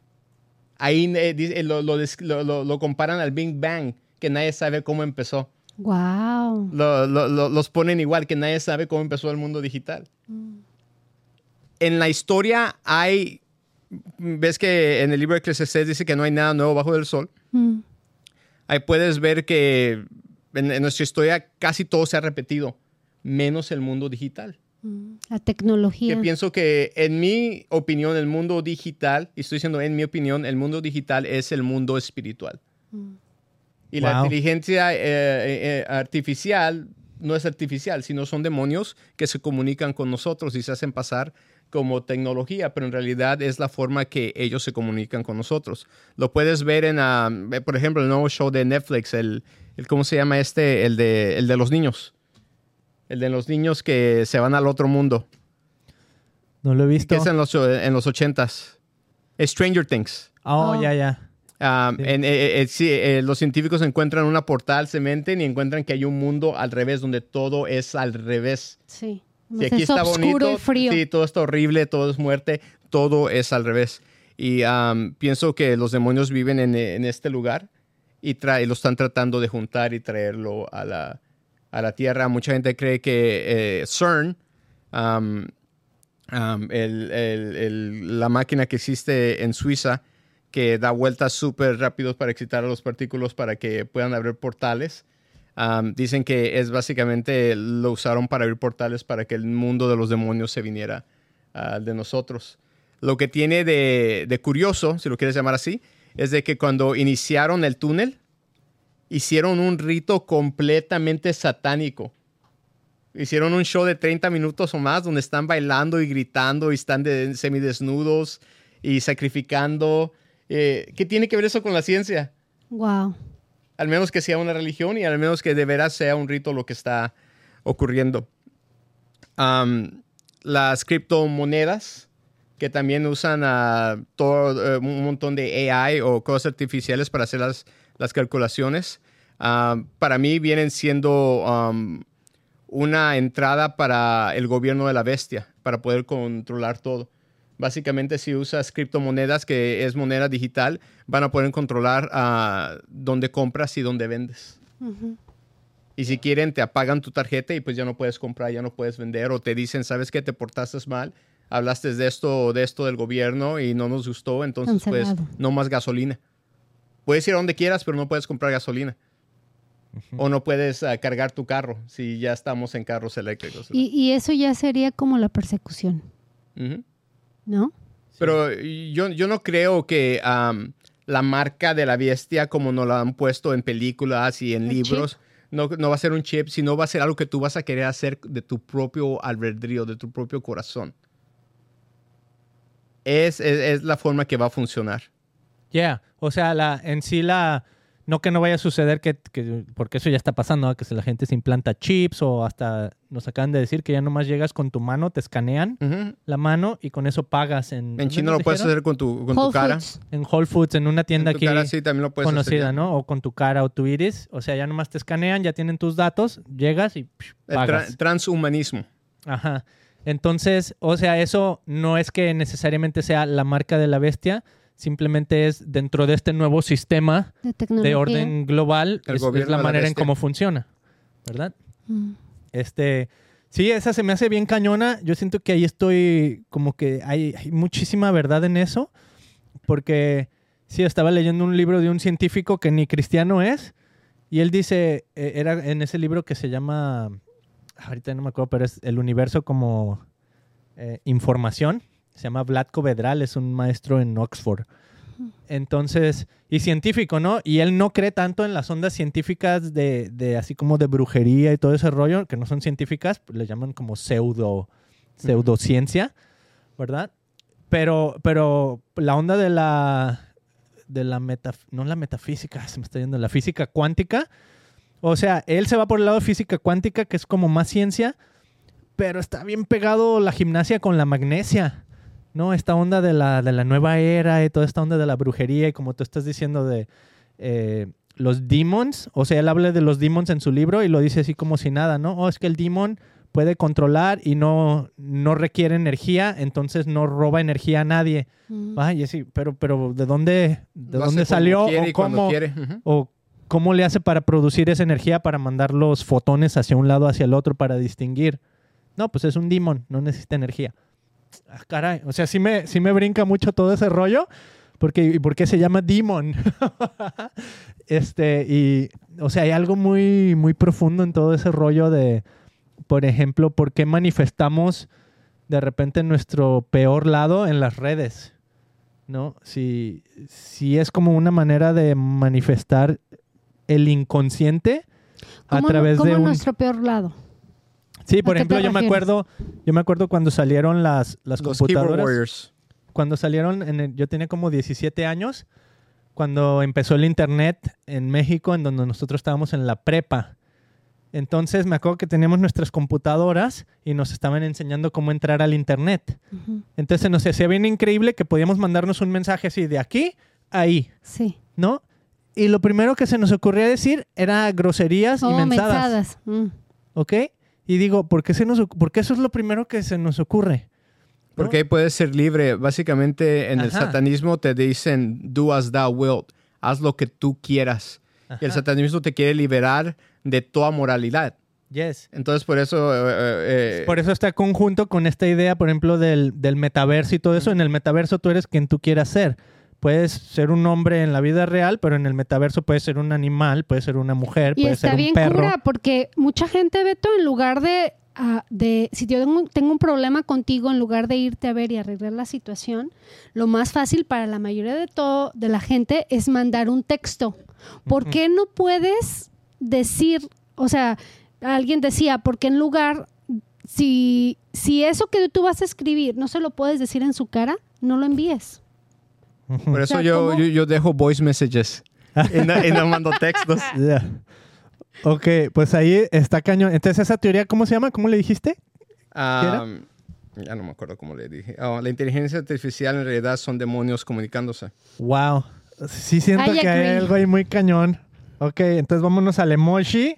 Ahí eh, lo, lo, lo, lo comparan al Big Bang, que nadie sabe cómo empezó. Wow. Lo, lo, lo, los ponen igual, que nadie sabe cómo empezó el mundo digital. Mm. En la historia hay, ves que en el libro de Eclesiastés dice que no hay nada nuevo bajo del sol. Mm. Ahí puedes ver que en, en nuestra historia casi todo se ha repetido, menos el mundo digital. Mm. La tecnología. Que pienso que en mi opinión el mundo digital, y estoy diciendo en mi opinión, el mundo digital es el mundo espiritual. Mm. Y wow. La inteligencia eh, eh, artificial no es artificial, sino son demonios que se comunican con nosotros y se hacen pasar como tecnología, pero en realidad es la forma que ellos se comunican con nosotros. Lo puedes ver en, uh, por ejemplo, el nuevo show de Netflix, el, el ¿cómo se llama este? El de, el de los niños. El de los niños que se van al otro mundo. No lo he visto. Que es en los, en los ochentas. Stranger Things. Oh, oh. ya, ya. Um, sí. En, eh, eh, sí, eh, los científicos encuentran una portal, se meten y encuentran que hay un mundo al revés, donde todo es al revés. Sí. Si aquí es está oscuro bonito, y frío. Sí, todo está horrible, todo es muerte, todo es al revés. Y um, pienso que los demonios viven en, en este lugar y, y lo están tratando de juntar y traerlo a la, a la Tierra. Mucha gente cree que eh, CERN, um, um, el, el, el, la máquina que existe en Suiza, que da vueltas súper rápidos para excitar a los partículas para que puedan abrir portales. Um, dicen que es básicamente, lo usaron para abrir portales para que el mundo de los demonios se viniera uh, de nosotros. Lo que tiene de, de curioso, si lo quieres llamar así, es de que cuando iniciaron el túnel, hicieron un rito completamente satánico. Hicieron un show de treinta minutos o más donde están bailando y gritando y están de, semidesnudos y sacrificando. Eh, ¿Qué tiene que ver eso con la ciencia? Wow. Al menos que sea una religión y al menos que de veras sea un rito lo que está ocurriendo. Um, las criptomonedas, que también usan uh, todo, uh, un montón de A I o cosas artificiales para hacer las, las calculaciones, uh, para mí vienen siendo um, una entrada para el gobierno de la bestia, para poder controlar todo. Básicamente, si usas criptomonedas, que es moneda digital, van a poder controlar uh, dónde compras y dónde vendes. Uh-huh. Y si quieren, te apagan tu tarjeta y pues ya no puedes comprar, ya no puedes vender. O te dicen, ¿sabes qué? Te portaste mal, hablaste de esto o de esto del gobierno y no nos gustó, entonces Cancelado. Pues no más gasolina. Puedes ir a donde quieras, pero no puedes comprar gasolina. Uh-huh. O no puedes uh, cargar tu carro si ya estamos en carros eléctricos. Y, y eso ya sería como la persecución. Uh-huh. ¿No? Pero yo, yo no creo que um, la marca de la bestia, como nos la han puesto en películas y en libros, no, no va a ser un chip, sino va a ser algo que tú vas a querer hacer de tu propio albedrío, de tu propio corazón. Es, es, es la forma que va a funcionar. Ya, yeah. O sea, la, en sí la... No que no vaya a suceder, que, que porque eso ya está pasando, ¿no? Que si la gente se implanta chips o hasta nos acaban de decir que ya nomás llegas con tu mano, te escanean uh-huh. la mano y con eso pagas. En, en China lo puedes hacer con tu, con Whole tu cara. Foods. En Whole Foods, en una tienda en tu aquí cara, sí, también lo puedes conocida, hacer, ¿no? O con tu cara o tu iris. O sea, ya nomás te escanean, ya tienen tus datos, llegas y psh, pagas. El tra- transhumanismo. Ajá. Entonces, o sea, eso no es que necesariamente sea la marca de la bestia, simplemente es dentro de este nuevo sistema de, de orden global, es, es la manera la en cómo funciona, ¿verdad? Mm. Este, sí, esa se me hace bien cañona. Yo siento que ahí estoy como que hay, hay muchísima verdad en eso, porque sí, estaba leyendo un libro de un científico que ni cristiano es, y él dice, eh, era en ese libro que se llama, ahorita no me acuerdo, pero es El universo como eh, información. Se llama Vlatko Vedral, es un maestro en Oxford. Entonces, y científico, ¿no? Y él no cree tanto en las ondas científicas de, de así como de brujería y todo ese rollo, que no son científicas, pues le llaman como pseudo, pseudociencia, ¿verdad? Pero, pero la onda de la, de la meta, no la metafísica, se me está yendo, la física cuántica. O sea, él se va por el lado de física cuántica, que es como más ciencia, pero está bien pegado la gimnasia con la magnesia, ¿no? Esta onda de la, de la nueva era y toda esta onda de la brujería y como tú estás diciendo de eh, los demons. O sea, él habla de los demons en su libro y lo dice así como si nada, ¿no? Oh, es que el demon puede controlar y no, no requiere energía, entonces no roba energía a nadie. Mm. Ay, sí, pero, pero ¿de dónde, de dónde salió? Quiere o, cómo, uh-huh. o cómo le hace para producir esa energía para mandar los fotones hacia un lado, hacia el otro para distinguir. No, pues es un demon, no necesita energía. Ah, caray, o sea, sí me, sí me brinca mucho todo ese rollo, porque, ¿y por qué se llama demon? este, y, o sea, hay algo muy, muy profundo en todo ese rollo de, por ejemplo, ¿por qué manifestamos de repente nuestro peor lado en las redes? ¿No? Si, si es como una manera de manifestar el inconsciente a través ¿cómo de un... nuestro peor lado? Sí, por ejemplo, yo me acuerdo, yo me acuerdo cuando salieron las, las Los computadoras. Keyboard Warriors. Cuando salieron, en el, yo tenía como diecisiete años, cuando empezó el internet en México, en donde nosotros estábamos en la prepa. Entonces me acuerdo que teníamos nuestras computadoras y nos estaban enseñando cómo entrar al internet. Uh-huh. Entonces nos hacía bien increíble que podíamos mandarnos un mensaje así de aquí a ahí. Sí. ¿No? Y lo primero que se nos ocurría decir era groserías oh, y mensadas. mensadas. Mm. ¿Ok? Y digo, ¿por qué, se nos, ¿por qué eso es lo primero que se nos ocurre? ¿No? Porque ahí puedes ser libre. Básicamente en Ajá. el satanismo te dicen, do as thou wilt. Haz lo que tú quieras. Ajá. Y el satanismo te quiere liberar de toda moralidad. Yes. Entonces, por eso... Eh, eh, por eso está conjunto con esta idea, por ejemplo, del, del metaverso y todo eso. En el metaverso tú eres quien tú quieras ser. Puedes ser un hombre en la vida real, pero en el metaverso puedes ser un animal, puedes ser una mujer, y puedes ser un perro. Y está bien cura, porque mucha gente, Beto, en lugar de... Uh, de si yo tengo, tengo un problema contigo, en lugar de irte a ver y arreglar la situación, lo más fácil para la mayoría de todo de la gente es mandar un texto. ¿Por uh-huh. qué no puedes decir, o sea, alguien decía, porque en lugar, si, si eso que tú vas a escribir no se lo puedes decir en su cara, no lo envíes. Uh-huh. Por eso o sea, yo, yo, yo dejo voice messages y, no, y no mando textos. Yeah. Ok, pues ahí está cañón. Entonces, esa teoría, ¿cómo se llama? ¿Cómo le dijiste? Um, ya no me acuerdo cómo le dije. Oh, la inteligencia artificial en realidad son demonios comunicándose. Wow. Sí siento I que agree. Hay algo ahí muy cañón. Ok, entonces vámonos al emoji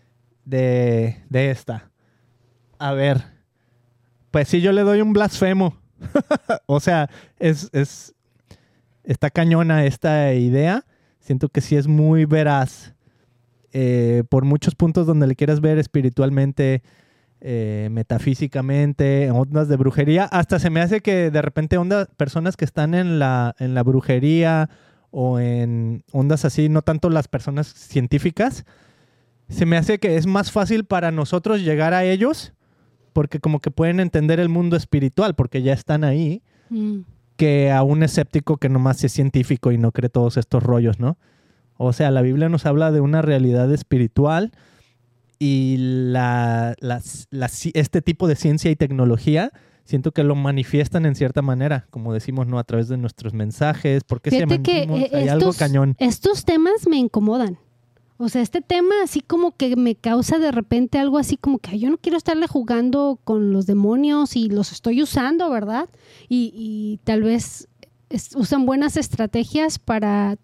de, de esta. A ver. Pues sí, yo le doy un blasfemo. O sea, es, es está cañona esta idea. Siento que sí es muy veraz. Eh, por muchos puntos donde le quieras ver espiritualmente, eh, metafísicamente, ondas de brujería. Hasta se me hace que de repente ondas, personas que están en la, en la brujería o en ondas así, no tanto las personas científicas, se me hace que es más fácil para nosotros llegar a ellos porque como que pueden entender el mundo espiritual porque ya están ahí, mm. que a un escéptico que nomás es científico y no cree todos estos rollos, ¿no? O sea, la Biblia nos habla de una realidad espiritual y la, la, la, este tipo de ciencia y tecnología siento que lo manifiestan en cierta manera, como decimos, ¿no? A través de nuestros mensajes. ¿Por qué Fíjate se mentimos? Que, eh, Hay estos, algo cañón. Estos temas me incomodan. O sea, este tema así como que me causa de repente algo así como que yo no quiero estarle jugando con los demonios y los estoy usando, ¿verdad? Y, y tal vez es, usan buenas estrategias para...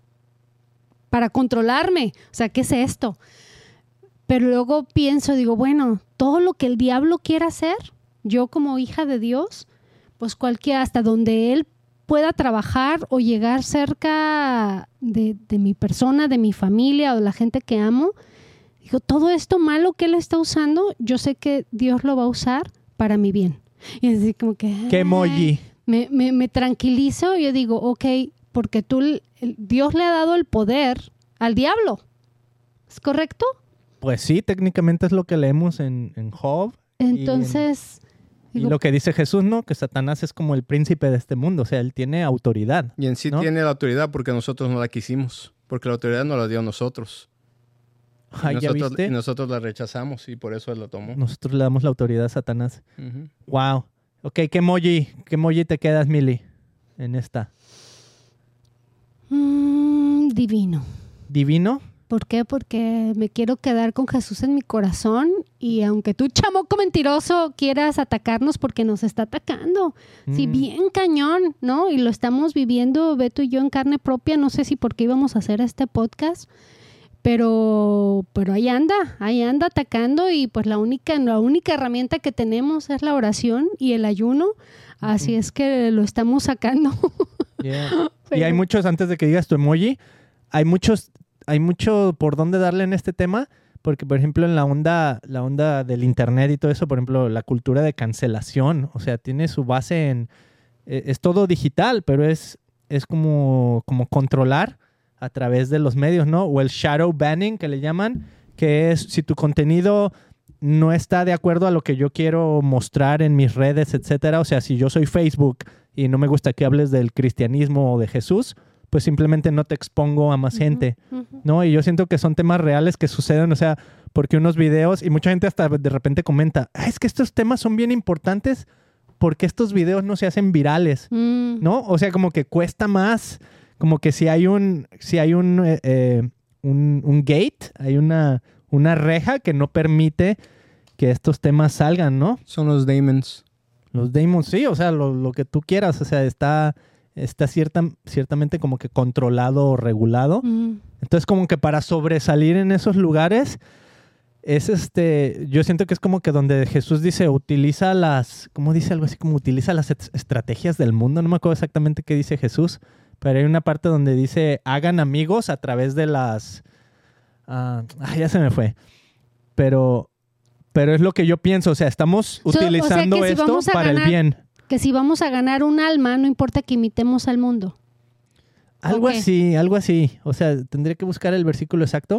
para controlarme. O sea, ¿qué es esto? Pero luego pienso, digo, bueno, todo lo que el diablo quiera hacer, yo como hija de Dios, pues cualquiera, hasta donde él pueda trabajar o llegar cerca de, de mi persona, de mi familia o de la gente que amo, digo, todo esto malo que él está usando, yo sé que Dios lo va a usar para mi bien. Y así como que... ¡Qué emoji! Me, me, me tranquilizo y yo digo, ok, porque tú, el, Dios le ha dado el poder al diablo. ¿Es correcto? Pues sí, técnicamente es lo que leemos en, en Job. Entonces... Y, en, digo, y lo que dice Jesús, ¿no? Que Satanás es como el príncipe de este mundo. O sea, él tiene autoridad. Y en sí, ¿no? Tiene la autoridad porque nosotros no la quisimos. Porque la autoridad nos la dio a nosotros. Ah, y, ¿ya nosotros viste? y nosotros la rechazamos y por eso él la tomó. Nosotros le damos la autoridad a Satanás. Uh-huh. Wow. Ok, ¿qué emoji? ¿Qué emoji te quedas, Mili? En esta. Mm. divino. ¿Divino? ¿Por qué? Porque me quiero quedar con Jesús en mi corazón y aunque tú, chamoco mentiroso, quieras atacarnos porque nos está atacando. Mm. Sí, bien cañón, ¿no? Y lo estamos viviendo, Beto y yo, en carne propia. No sé si por qué íbamos a hacer este podcast, pero, pero ahí anda, ahí anda atacando y pues la única, la única herramienta que tenemos es la oración y el ayuno. Así mm. es que lo estamos sacando. Yeah. Pero... Y hay muchos, antes de que digas tu emoji, hay muchos... Hay mucho por dónde darle en este tema, porque, por ejemplo, en la onda, la onda del internet y todo eso, por ejemplo, la cultura de cancelación, o sea, tiene su base en... Eh, es todo digital, pero es, es como, como controlar a través de los medios, ¿no? O el shadow banning, que le llaman, que es si tu contenido no está de acuerdo a lo que yo quiero mostrar en mis redes, etcétera. O sea, si yo soy Facebook y no me gusta que hables del cristianismo o de Jesús, pues simplemente no te expongo a más uh-huh, gente, uh-huh. ¿no? Y yo siento que son temas reales que suceden, o sea, porque unos videos, y mucha gente hasta de repente comenta, ah, es que estos temas son bien importantes porque estos videos no se hacen virales, mm. ¿no? O sea, como que cuesta más, como que si hay un, si hay un, eh, eh, un, un gate, hay una, una reja que no permite que estos temas salgan, ¿no? Son los daemons. Los daemons, sí, o sea, lo, lo que tú quieras, o sea, está... está cierta, ciertamente como que controlado o regulado. Mm. Entonces, como que para sobresalir en esos lugares, es este, yo siento que es como que donde Jesús dice, utiliza las, ¿cómo dice? Algo así como utiliza las estrategias del mundo. No me acuerdo exactamente qué dice Jesús, pero hay una parte donde dice, hagan amigos a través de las... Uh, ah, ya se me fue. Pero, pero es lo que yo pienso. O sea, estamos so, utilizando o sea, si esto para ganar... el bien. Que si vamos a ganar un alma, no importa que imitemos al mundo. Algo okay. así, algo así. O sea, tendría que buscar el versículo exacto.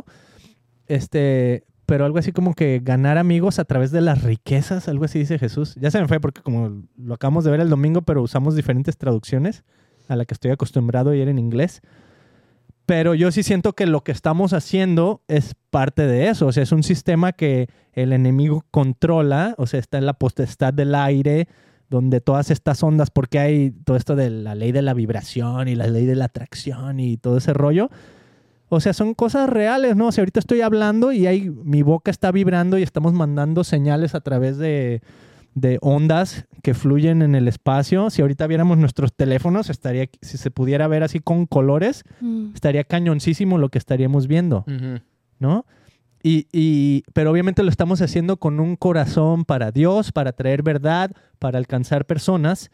Este, pero algo así como que ganar amigos a través de las riquezas, algo así dice Jesús. Ya se me fue porque como lo acabamos de ver el domingo, pero usamos diferentes traducciones a la que estoy acostumbrado y era en inglés. Pero yo sí siento que lo que estamos haciendo es parte de eso. O sea, es un sistema que el enemigo controla. O sea, está en la potestad del aire, donde todas estas ondas, porque hay todo esto de la ley de la vibración y la ley de la atracción y todo ese rollo. O sea, son cosas reales, ¿no? O sea, ahorita estoy hablando y hay, mi boca está vibrando y estamos mandando señales a través de, de ondas que fluyen en el espacio. Si ahorita viéramos nuestros teléfonos, estaría, si se pudiera ver así con colores, mm. estaría cañoncísimo lo que estaríamos viendo, uh-huh. ¿no? Y, y, pero obviamente lo estamos haciendo con un corazón para Dios, para traer verdad, para alcanzar personas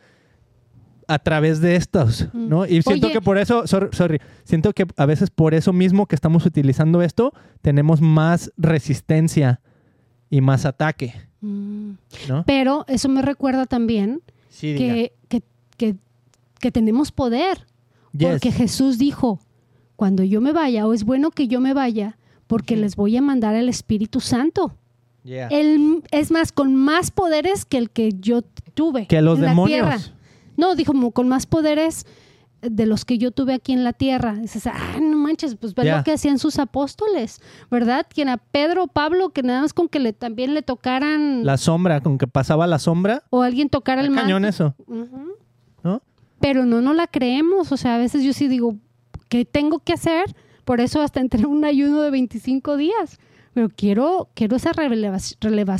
a través de estos, ¿no? Y siento Oye. que por eso, sorry, sorry, siento que a veces por eso mismo que estamos utilizando esto, tenemos más resistencia y más ataque, ¿no? Pero eso me recuerda también sí, que, que, que, que tenemos poder. Yes. Porque Jesús dijo, cuando yo me vaya, o es bueno que yo me vaya, porque les voy a mandar al Espíritu Santo. Yeah. Él, es más, con más poderes que el que yo tuve que los en demonios. La tierra. No, dijo, con más poderes de los que yo tuve aquí en la tierra. Dices, ah, no manches, pues ve yeah. lo que hacían sus apóstoles, ¿verdad? Quien a Pedro, Pablo, que nada más con que le, también le tocaran... La sombra, con que pasaba la sombra. O alguien tocara el manto. Cañón eso. Uh-huh. ¿No? Pero no, no la creemos. O sea, a veces yo sí digo, ¿qué tengo que hacer? Por eso hasta entré en un ayuno de veinticinco días. Pero quiero, quiero esa relevación.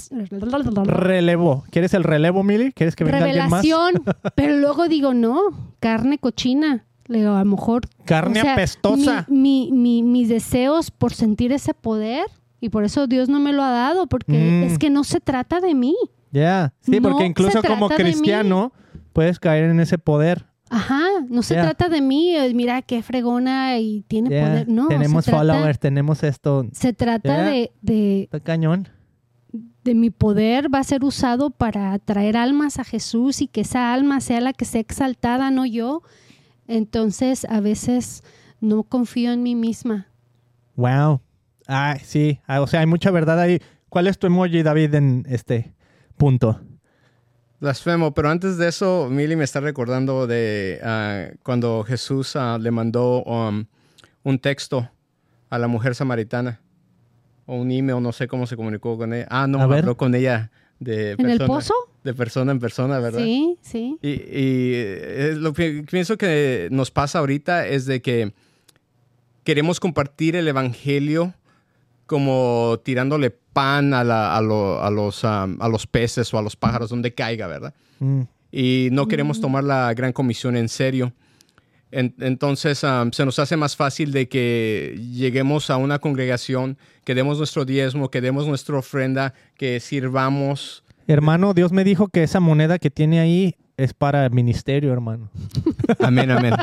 Relevo. ¿Quieres el relevo, Mili? ¿Quieres que venga Revelación, alguien más? Pero luego digo, no, carne cochina. Le digo, a lo mejor... Carne o sea, apestosa. Mi, mi, mi, mis deseos por sentir ese poder, y por eso Dios no me lo ha dado, porque mm. es que no se trata de mí. Ya, yeah. sí, no porque incluso como cristiano puedes caer en ese poder. Ajá, no se yeah. trata de mí, mira qué fregona y tiene yeah. poder, no. Tenemos followers, tenemos esto. Se trata yeah. de, de... Está cañón. De mi poder va a ser usado para traer almas a Jesús y que esa alma sea la que sea exaltada, no yo. Entonces, a veces no confío en mí misma. Wow. Ah, sí, ah, o sea, hay mucha verdad ahí. ¿Cuál es tu emoji, David, en este punto? Blasfemo, pero antes de eso, Mili me está recordando de uh, cuando Jesús uh, le mandó um, un texto a la mujer samaritana, o un email, no sé cómo se comunicó con ella. Ah, no, a habló ver. con ella de ¿En persona, el pozo? De persona en persona, ¿verdad? Sí, sí. Y, y eh, lo que pienso que nos pasa ahorita es de que queremos compartir el evangelio como tirándole pan a, la, a, lo, a, los, um, a los peces o a los pájaros donde caiga, ¿verdad? Mm. Y no queremos tomar la gran comisión en serio. En, entonces um, se nos hace más fácil de que lleguemos a una congregación, que demos nuestro diezmo, que demos nuestra ofrenda, que sirvamos. Hermano, Dios me dijo que esa moneda que tiene ahí es para el ministerio, hermano. Amén, amén.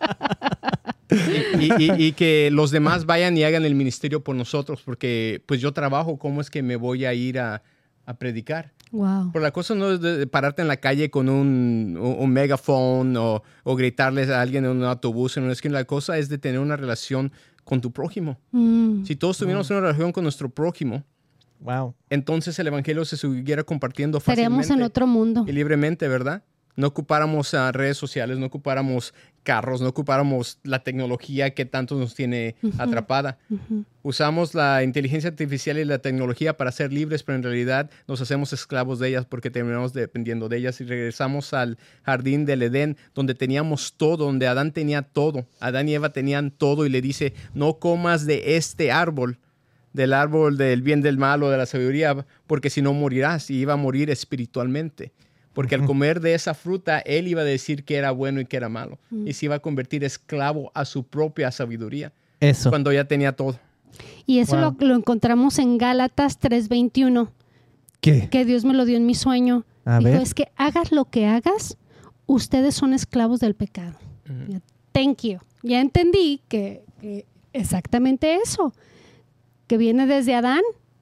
Y, y, y que los demás vayan y hagan el ministerio por nosotros, porque pues yo trabajo, ¿cómo es que me voy a ir a, a predicar? Wow. Pero la cosa no es de pararte en la calle con un, un, un megaphone o, o gritarles a alguien en un autobús en una esquina. La cosa es de tener una relación con tu prójimo. Mm. Si todos tuviéramos mm. una relación con nuestro prójimo, wow, entonces el evangelio se siguiera compartiendo fácilmente. Estaríamos en otro mundo. Y libremente, ¿verdad? No ocupáramos uh, redes sociales, no ocupáramos carros, no ocupáramos la tecnología que tanto nos tiene uh-huh. atrapada. Uh-huh. Usamos la inteligencia artificial y la tecnología para ser libres, pero en realidad nos hacemos esclavos de ellas porque terminamos dependiendo de ellas y regresamos al jardín del Edén, donde teníamos todo, donde Adán tenía todo. Adán y Eva tenían todo y le dice, no comas de este árbol, del árbol del bien, del mal o de la sabiduría, porque si no morirás, y iba a morir espiritualmente. Porque al comer de esa fruta, él iba a decir que era bueno y que era malo. Mm. Y se iba a convertir esclavo a su propia sabiduría. Eso. Cuando ya tenía todo. Y eso wow. lo, lo encontramos en Gálatas tres veintiuno. ¿Qué? Que Dios me lo dio en mi sueño. A Dijo, ver. es que hagas lo que hagas, ustedes son esclavos del pecado. Mm. Thank you. Ya entendí que, que exactamente eso. Que viene desde Adán,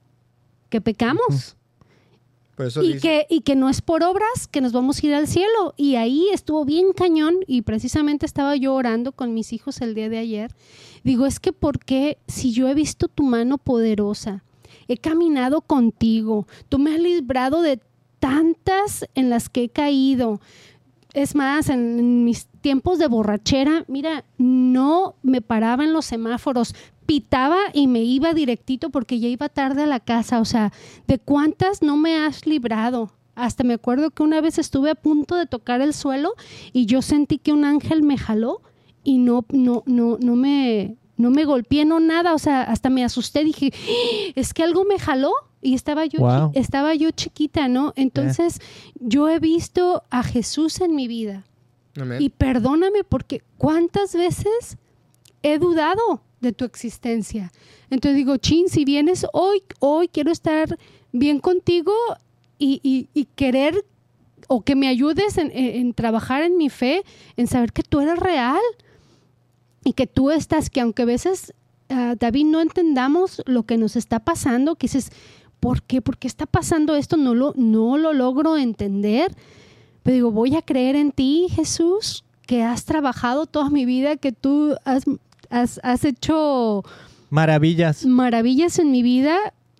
que pecamos. Mm. Por eso y, dice... que, y que no es por obras que nos vamos a ir al cielo. Y ahí estuvo bien cañón y precisamente estaba yo orando con mis hijos el día de ayer. Digo, es que ¿por qué si yo he visto tu mano poderosa, he caminado contigo, tú me has librado de tantas en las que he caído? Es más, en, en mis tiempos de borrachera, mira, no me paraba en los semáforos, pitaba y me iba directito porque ya iba tarde a la casa. O sea, ¿de cuántas no me has librado? Hasta me acuerdo que una vez estuve a punto de tocar el suelo y yo sentí que un ángel me jaló y no, no, no, no me, no me golpeé, no nada. O sea, hasta me asusté, dije, es que algo me jaló. Y estaba yo, wow. chi- estaba yo chiquita, ¿no? Entonces, yeah. yo he visto a Jesús en mi vida. Amén. Y perdóname porque ¿cuántas veces he dudado de tu existencia? Entonces digo, chin, si vienes hoy, hoy quiero estar bien contigo y, y, y querer o que me ayudes en, en, en trabajar en mi fe, en saber que tú eres real y que tú estás, que aunque a veces, uh, David, no entendamos lo que nos está pasando, que dices, ¿por qué? ¿Por qué está pasando esto? No lo, no lo logro entender. Pero digo, voy a creer en ti, Jesús, que has trabajado toda mi vida, que tú has, has, has hecho maravillas. maravillas en mi vida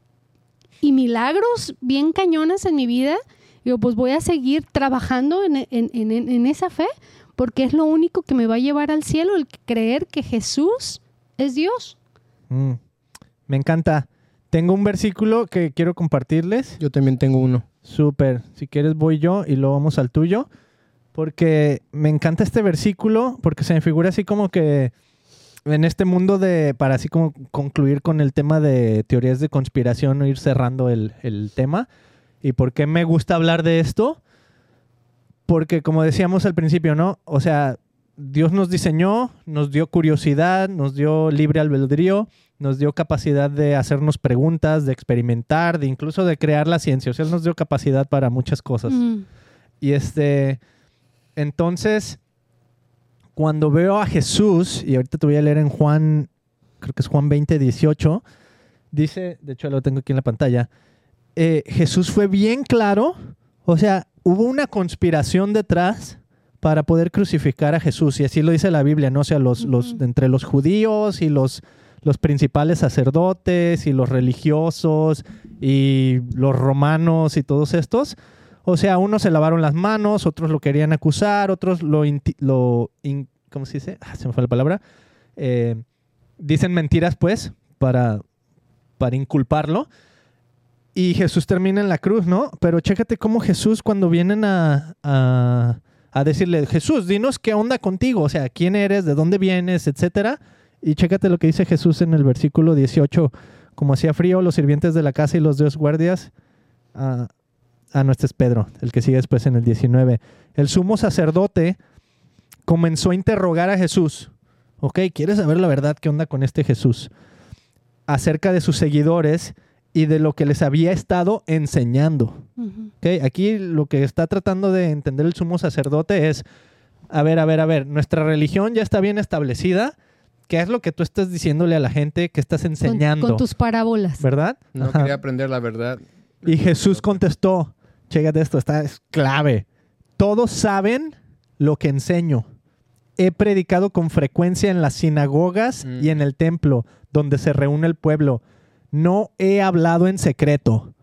y milagros bien cañonas en mi vida. Digo, pues voy a seguir trabajando en, en, en, en esa fe, porque es lo único que me va a llevar al cielo, el creer que Jesús es Dios. Mm, me encanta. Tengo un versículo que quiero compartirles. Yo también tengo uno. Súper. Si quieres voy yo y luego vamos al tuyo. Porque me encanta este versículo, porque se me figura así como que en este mundo de, para así como concluir con el tema de teorías de conspiración o ir cerrando el, el tema. ¿Y por qué me gusta hablar de esto? Porque como decíamos al principio, ¿no? O sea, Dios nos diseñó, nos dio curiosidad, nos dio libre albedrío, nos dio capacidad de hacernos preguntas, de experimentar, de incluso de crear la ciencia. O sea, Él nos dio capacidad para muchas cosas. Mm. Y este, entonces, cuando veo a Jesús, y ahorita te voy a leer en Juan, creo que es Juan veinte, dieciocho, dice, de hecho lo tengo aquí en la pantalla, eh, Jesús fue bien claro, o sea, hubo una conspiración detrás para poder crucificar a Jesús, y así lo dice la Biblia, ¿no? O sea, los, uh-huh. los, entre los judíos y los, los principales sacerdotes y los religiosos y los romanos y todos estos, o sea, unos se lavaron las manos, otros lo querían acusar, otros lo, inti- lo in- ¿cómo se dice? Ah, se me fue la palabra. Eh, dicen mentiras, pues, para, para inculparlo. Y Jesús termina en la cruz, ¿no? Pero chécate cómo Jesús, cuando vienen a, a, a decirle, Jesús, dinos qué onda contigo, o sea, quién eres, de dónde vienes, etcétera. Y chécate lo que dice Jesús en el versículo dieciocho. Como hacía frío, los sirvientes de la casa y los dos guardias... Uh, ah, no, este es Pedro, el que sigue después en el diecinueve. El sumo sacerdote comenzó a interrogar a Jesús. Ok, ¿quieres saber la verdad? ¿Qué onda con este Jesús? Acerca de sus seguidores y de lo que les había estado enseñando. Uh-huh. Okay, aquí lo que está tratando de entender el sumo sacerdote es, a ver, a ver, a ver, nuestra religión ya está bien establecida. ¿Qué es lo que tú estás diciéndole a la gente que estás enseñando? Con, con tus parábolas. ¿Verdad? No Ajá. quería aprender la verdad. Y Jesús contestó, chécate esto, está, es clave. Todos saben lo que enseño. He predicado con frecuencia en las sinagogas mm. y en el templo, donde se reúne el pueblo. No he hablado en secreto.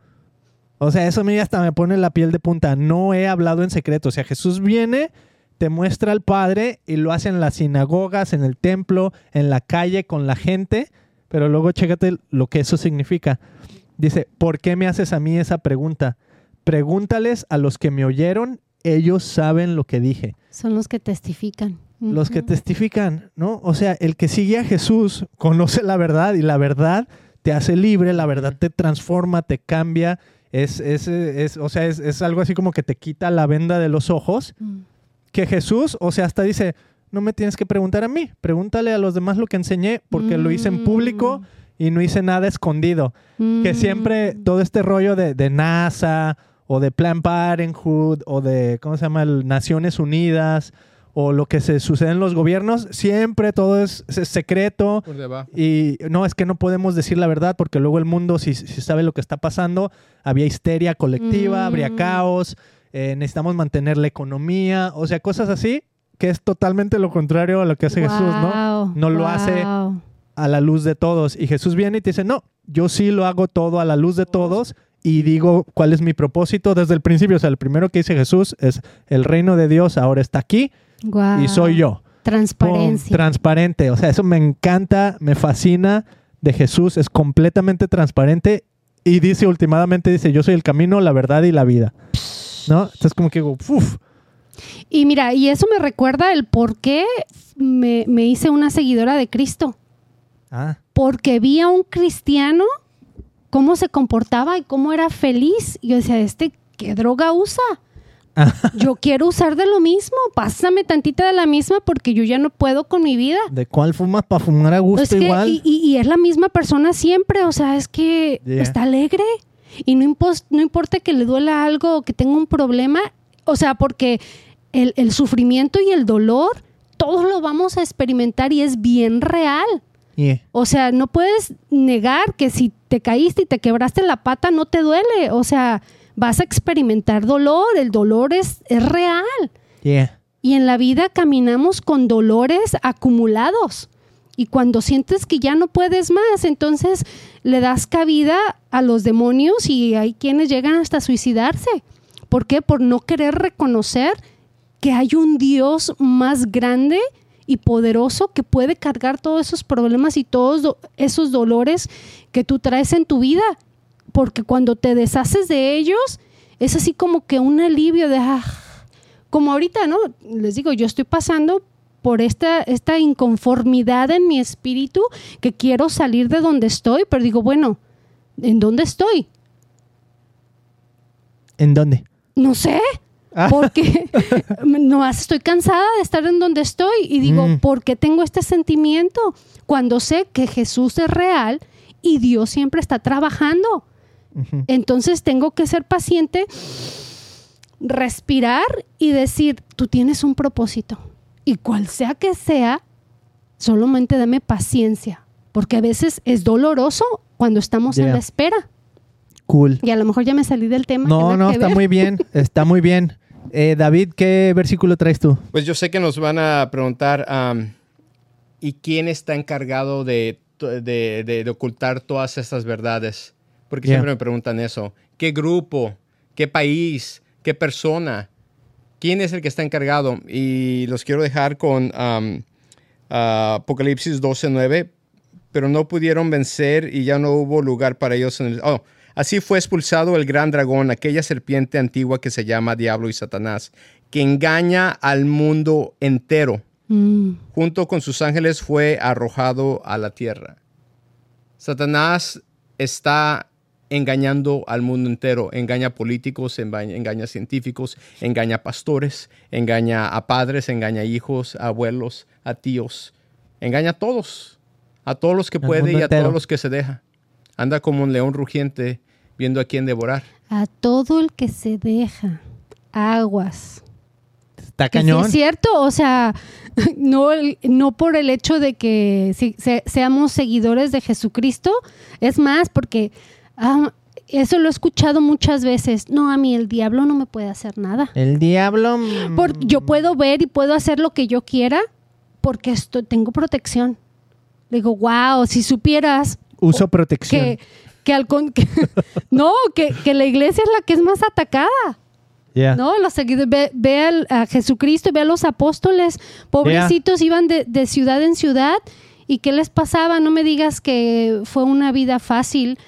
O sea, eso a mí hasta me pone la piel de punta. No he hablado en secreto. O sea, Jesús viene, te muestra al Padre y lo hace en las sinagogas, en el templo, en la calle, con la gente. Pero luego chécate lo que eso significa. Dice, ¿por qué me haces a mí esa pregunta? Pregúntales a los que me oyeron, ellos saben lo que dije. Son los que testifican. Uh-huh. Los que testifican, ¿no? O sea, el que sigue a Jesús conoce la verdad y la verdad te hace libre, la verdad te transforma, te cambia. Es, es, es, o sea, es, es algo así como que te quita la venda de los ojos. Uh-huh. Que Jesús, o sea, hasta dice, no me tienes que preguntar a mí, pregúntale a los demás lo que enseñé porque uh-huh. lo hice en público y no hice nada escondido. Mm. Que siempre todo este rollo de, de NASA o de Planned Parenthood o de, ¿cómo se llama? El Naciones Unidas o lo que se sucede en los gobiernos, siempre todo es, es secreto. Por debajo. Y no, es que no podemos decir la verdad porque luego el mundo, si, si sabe lo que está pasando, había histeria colectiva, mm. habría caos, eh, necesitamos mantener la economía, o sea, cosas así, que es totalmente lo contrario a lo que hace wow. Jesús, ¿no? No lo wow. hace... a la luz de todos. Y Jesús viene y te dice, no, yo sí lo hago todo a la luz de todos y digo cuál es mi propósito desde el principio. O sea, el primero que dice Jesús es el reino de Dios ahora está aquí wow. y soy yo. Transparencia. Pum, transparente. O sea, eso me encanta, me fascina de Jesús. Es completamente transparente y dice últimamente, dice, yo soy el camino, la verdad y la vida. ¿No? Entonces como que digo, uff. Y mira, y eso me recuerda el por qué me, me hice una seguidora de Cristo. Ah. Porque vi a un cristiano cómo se comportaba y cómo era feliz. Y yo decía, ¿este qué droga usa? Ah. Yo quiero usar de lo mismo. Pásame tantita de la misma porque yo ya no puedo con mi vida. ¿De cuál fumas para fumar a gusto es que, igual? Y, y, y es la misma persona siempre. O sea, es que yeah. está alegre. Y no, impo- no importa que le duela algo o que tenga un problema. O sea, porque el, el sufrimiento y el dolor, todos lo vamos a experimentar y es bien real. Yeah. O sea, no puedes negar que si te caíste y te quebraste la pata no te duele. O sea, vas a experimentar dolor. El dolor es, es real. Yeah. Y en la vida caminamos con dolores acumulados. Y cuando sientes que ya no puedes más, entonces le das cabida a los demonios y hay quienes llegan hasta suicidarse. ¿Por qué? Por no querer reconocer que hay un Dios más grande y poderoso que puede cargar todos esos problemas y todos do- esos dolores que tú traes en tu vida. Porque cuando te deshaces de ellos, es así como que un alivio de... Ah, como ahorita, ¿no? Les digo, yo estoy pasando por esta, esta inconformidad en mi espíritu que quiero salir de donde estoy, pero digo, bueno, ¿en dónde estoy? ¿En dónde? No sé. Porque no estoy cansada de estar en donde estoy y digo, mm. ¿por qué tengo este sentimiento? Cuando sé que Jesús es real y Dios siempre está trabajando. Uh-huh. Entonces tengo que ser paciente, respirar y decir, tú tienes un propósito y cual sea que sea, solamente dame paciencia, porque a veces es doloroso cuando estamos yeah. en la espera. Cool. Y a lo mejor ya me salí del tema. No, no, está ver. muy bien, está muy bien. Eh, David, ¿qué versículo traes tú? Pues yo sé que nos van a preguntar, um, ¿y quién está encargado de, de, de, de ocultar todas estas verdades? Porque yeah. siempre me preguntan eso. ¿Qué grupo? ¿Qué país? ¿Qué persona? ¿Quién es el que está encargado? Y los quiero dejar con um, uh, Apocalipsis doce nueve. Pero no pudieron vencer y ya no hubo lugar para ellos en el... Oh, así fue expulsado el gran dragón, aquella serpiente antigua que se llama Diablo y Satanás, que engaña al mundo entero. Mm. Junto con sus ángeles fue arrojado a la tierra. Satanás está engañando al mundo entero. Engaña políticos, engaña científicos, engaña pastores, engaña a padres, engaña a hijos, a abuelos, a tíos. Engaña a todos. A todos los que puede y a entero. Todos los que se deja. Anda como un león rugiente viendo a quién devorar. A todo el que se deja. Aguas. Está cañón. Sí, es cierto, o sea, no, no por el hecho de que si, se, seamos seguidores de Jesucristo, es más, porque ah, eso lo he escuchado muchas veces. No, a mí el diablo no me puede hacer nada. El diablo... Por, yo puedo ver y puedo hacer lo que yo quiera porque esto, tengo protección. Digo, wow, si supieras... Uso protección. Que, que al con, que, no, que, que la iglesia es la que es más atacada. Yeah. No, los seguidores, ve, ve al, a Jesucristo, ve a los apóstoles, pobrecitos, yeah. iban de, de ciudad en ciudad. ¿Y qué les pasaba? No me digas que fue una vida fácil,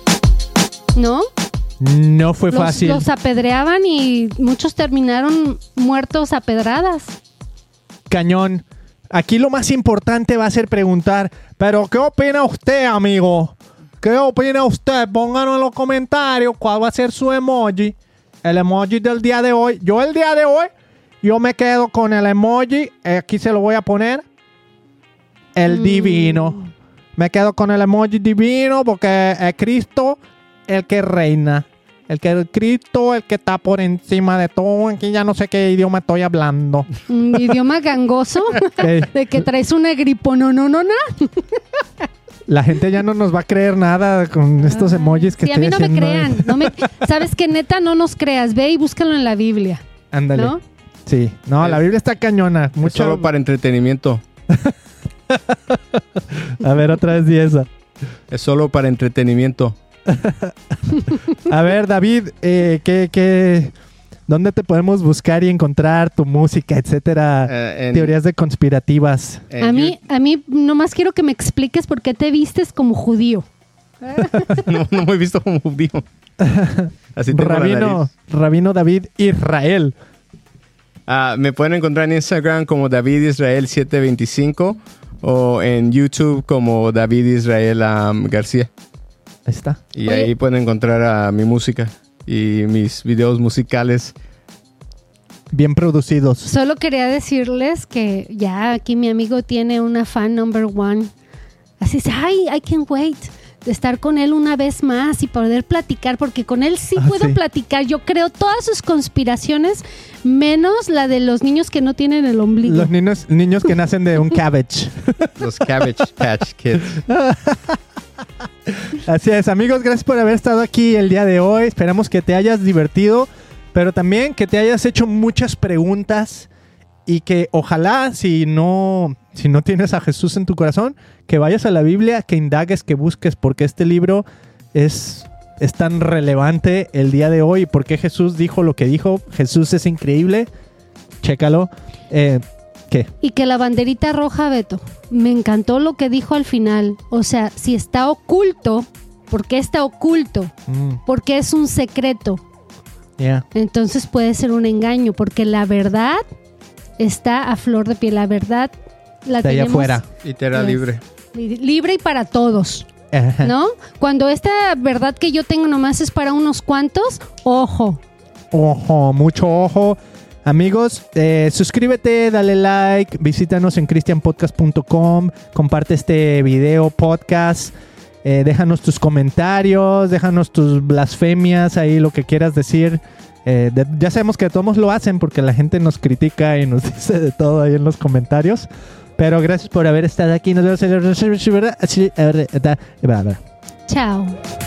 ¿no? No fue los, fácil. Los apedreaban y muchos terminaron muertos a pedradas. Cañón. Aquí lo más importante va a ser preguntar, ¿pero qué opina usted, amigo? ¿Qué opina usted? Pónganos en los comentarios cuál va a ser su emoji. El emoji del día de hoy. Yo el día de hoy, yo me quedo con el emoji. Aquí se lo voy a poner. El mm. divino. Me quedo con el emoji divino porque es Cristo el que reina. El que es Cristo, el que está por encima de todo. Aquí ya no sé qué idioma estoy hablando. ¿Un idioma gangoso? Okay. De que traes una gripo, no, no, no, no. La gente ya no nos va a creer nada con estos emojis que sí, estoy a mí no haciendo. me crean. No me, ¿sabes qué? Neta, no nos creas. Ve y búscalo en la Biblia. Ándale. ¿No? Sí. No, es, la Biblia está cañona. Mucho... Es solo para entretenimiento. A ver, otra vez di esa. Es solo para entretenimiento. A ver, David, eh, ¿qué, qué, ¿dónde te podemos buscar y encontrar tu música, etcétera? Uh, en, teorías de conspirativas. A mí, a mí nomás quiero que me expliques por qué te vistes como judío. no, no me he visto como judío. Así tengo Rabino, la nariz. Rabino David Israel. Uh, me pueden encontrar en Instagram como David Israel siete veinticinco o en YouTube como David Israel um, García. Ahí está. Y Oye. ahí pueden encontrar a mi música y mis videos musicales. Bien producidos. Solo quería decirles que ya aquí mi amigo tiene una fan number one. Así es, ay, I can't wait de estar con él una vez más y poder platicar, porque con él sí ah, puedo sí. platicar. Yo creo todas sus conspiraciones, menos la de los niños que no tienen el ombligo. Los niños, niños que nacen de un cabbage. Los Cabbage Patch Kids. Así es, amigos, gracias por haber estado aquí el día de hoy. Esperamos que te hayas divertido, pero también que te hayas hecho muchas preguntas y que ojalá, si no, si no tienes a Jesús en tu corazón, que vayas a la Biblia, que indagues, que busques, porque este libro es, es tan relevante el día de hoy. ¿Por qué Jesús dijo lo que dijo? Jesús es increíble. Chécalo. Eh, ¿Qué? Y que la banderita roja, Beto, me encantó lo que dijo al final. O sea, si está oculto, ¿por qué está oculto? Mm. Porque es un secreto. Yeah. Entonces puede ser un engaño, porque la verdad está a flor de piel. La verdad la está tenemos... allá afuera. Y te era libre. Libre y para todos. ¿No? Cuando esta verdad que yo tengo nomás es para unos cuantos, ojo. Ojo, mucho ojo. Amigos, eh, suscríbete, dale like, visítanos en cristian podcast punto com, comparte este video, podcast, eh, déjanos tus comentarios, déjanos tus blasfemias, ahí lo que quieras decir. Eh, de, ya sabemos que todos lo hacen porque la gente nos critica y nos dice de todo ahí en los comentarios. Pero gracias por haber estado aquí. Nos vemos en el... Chao.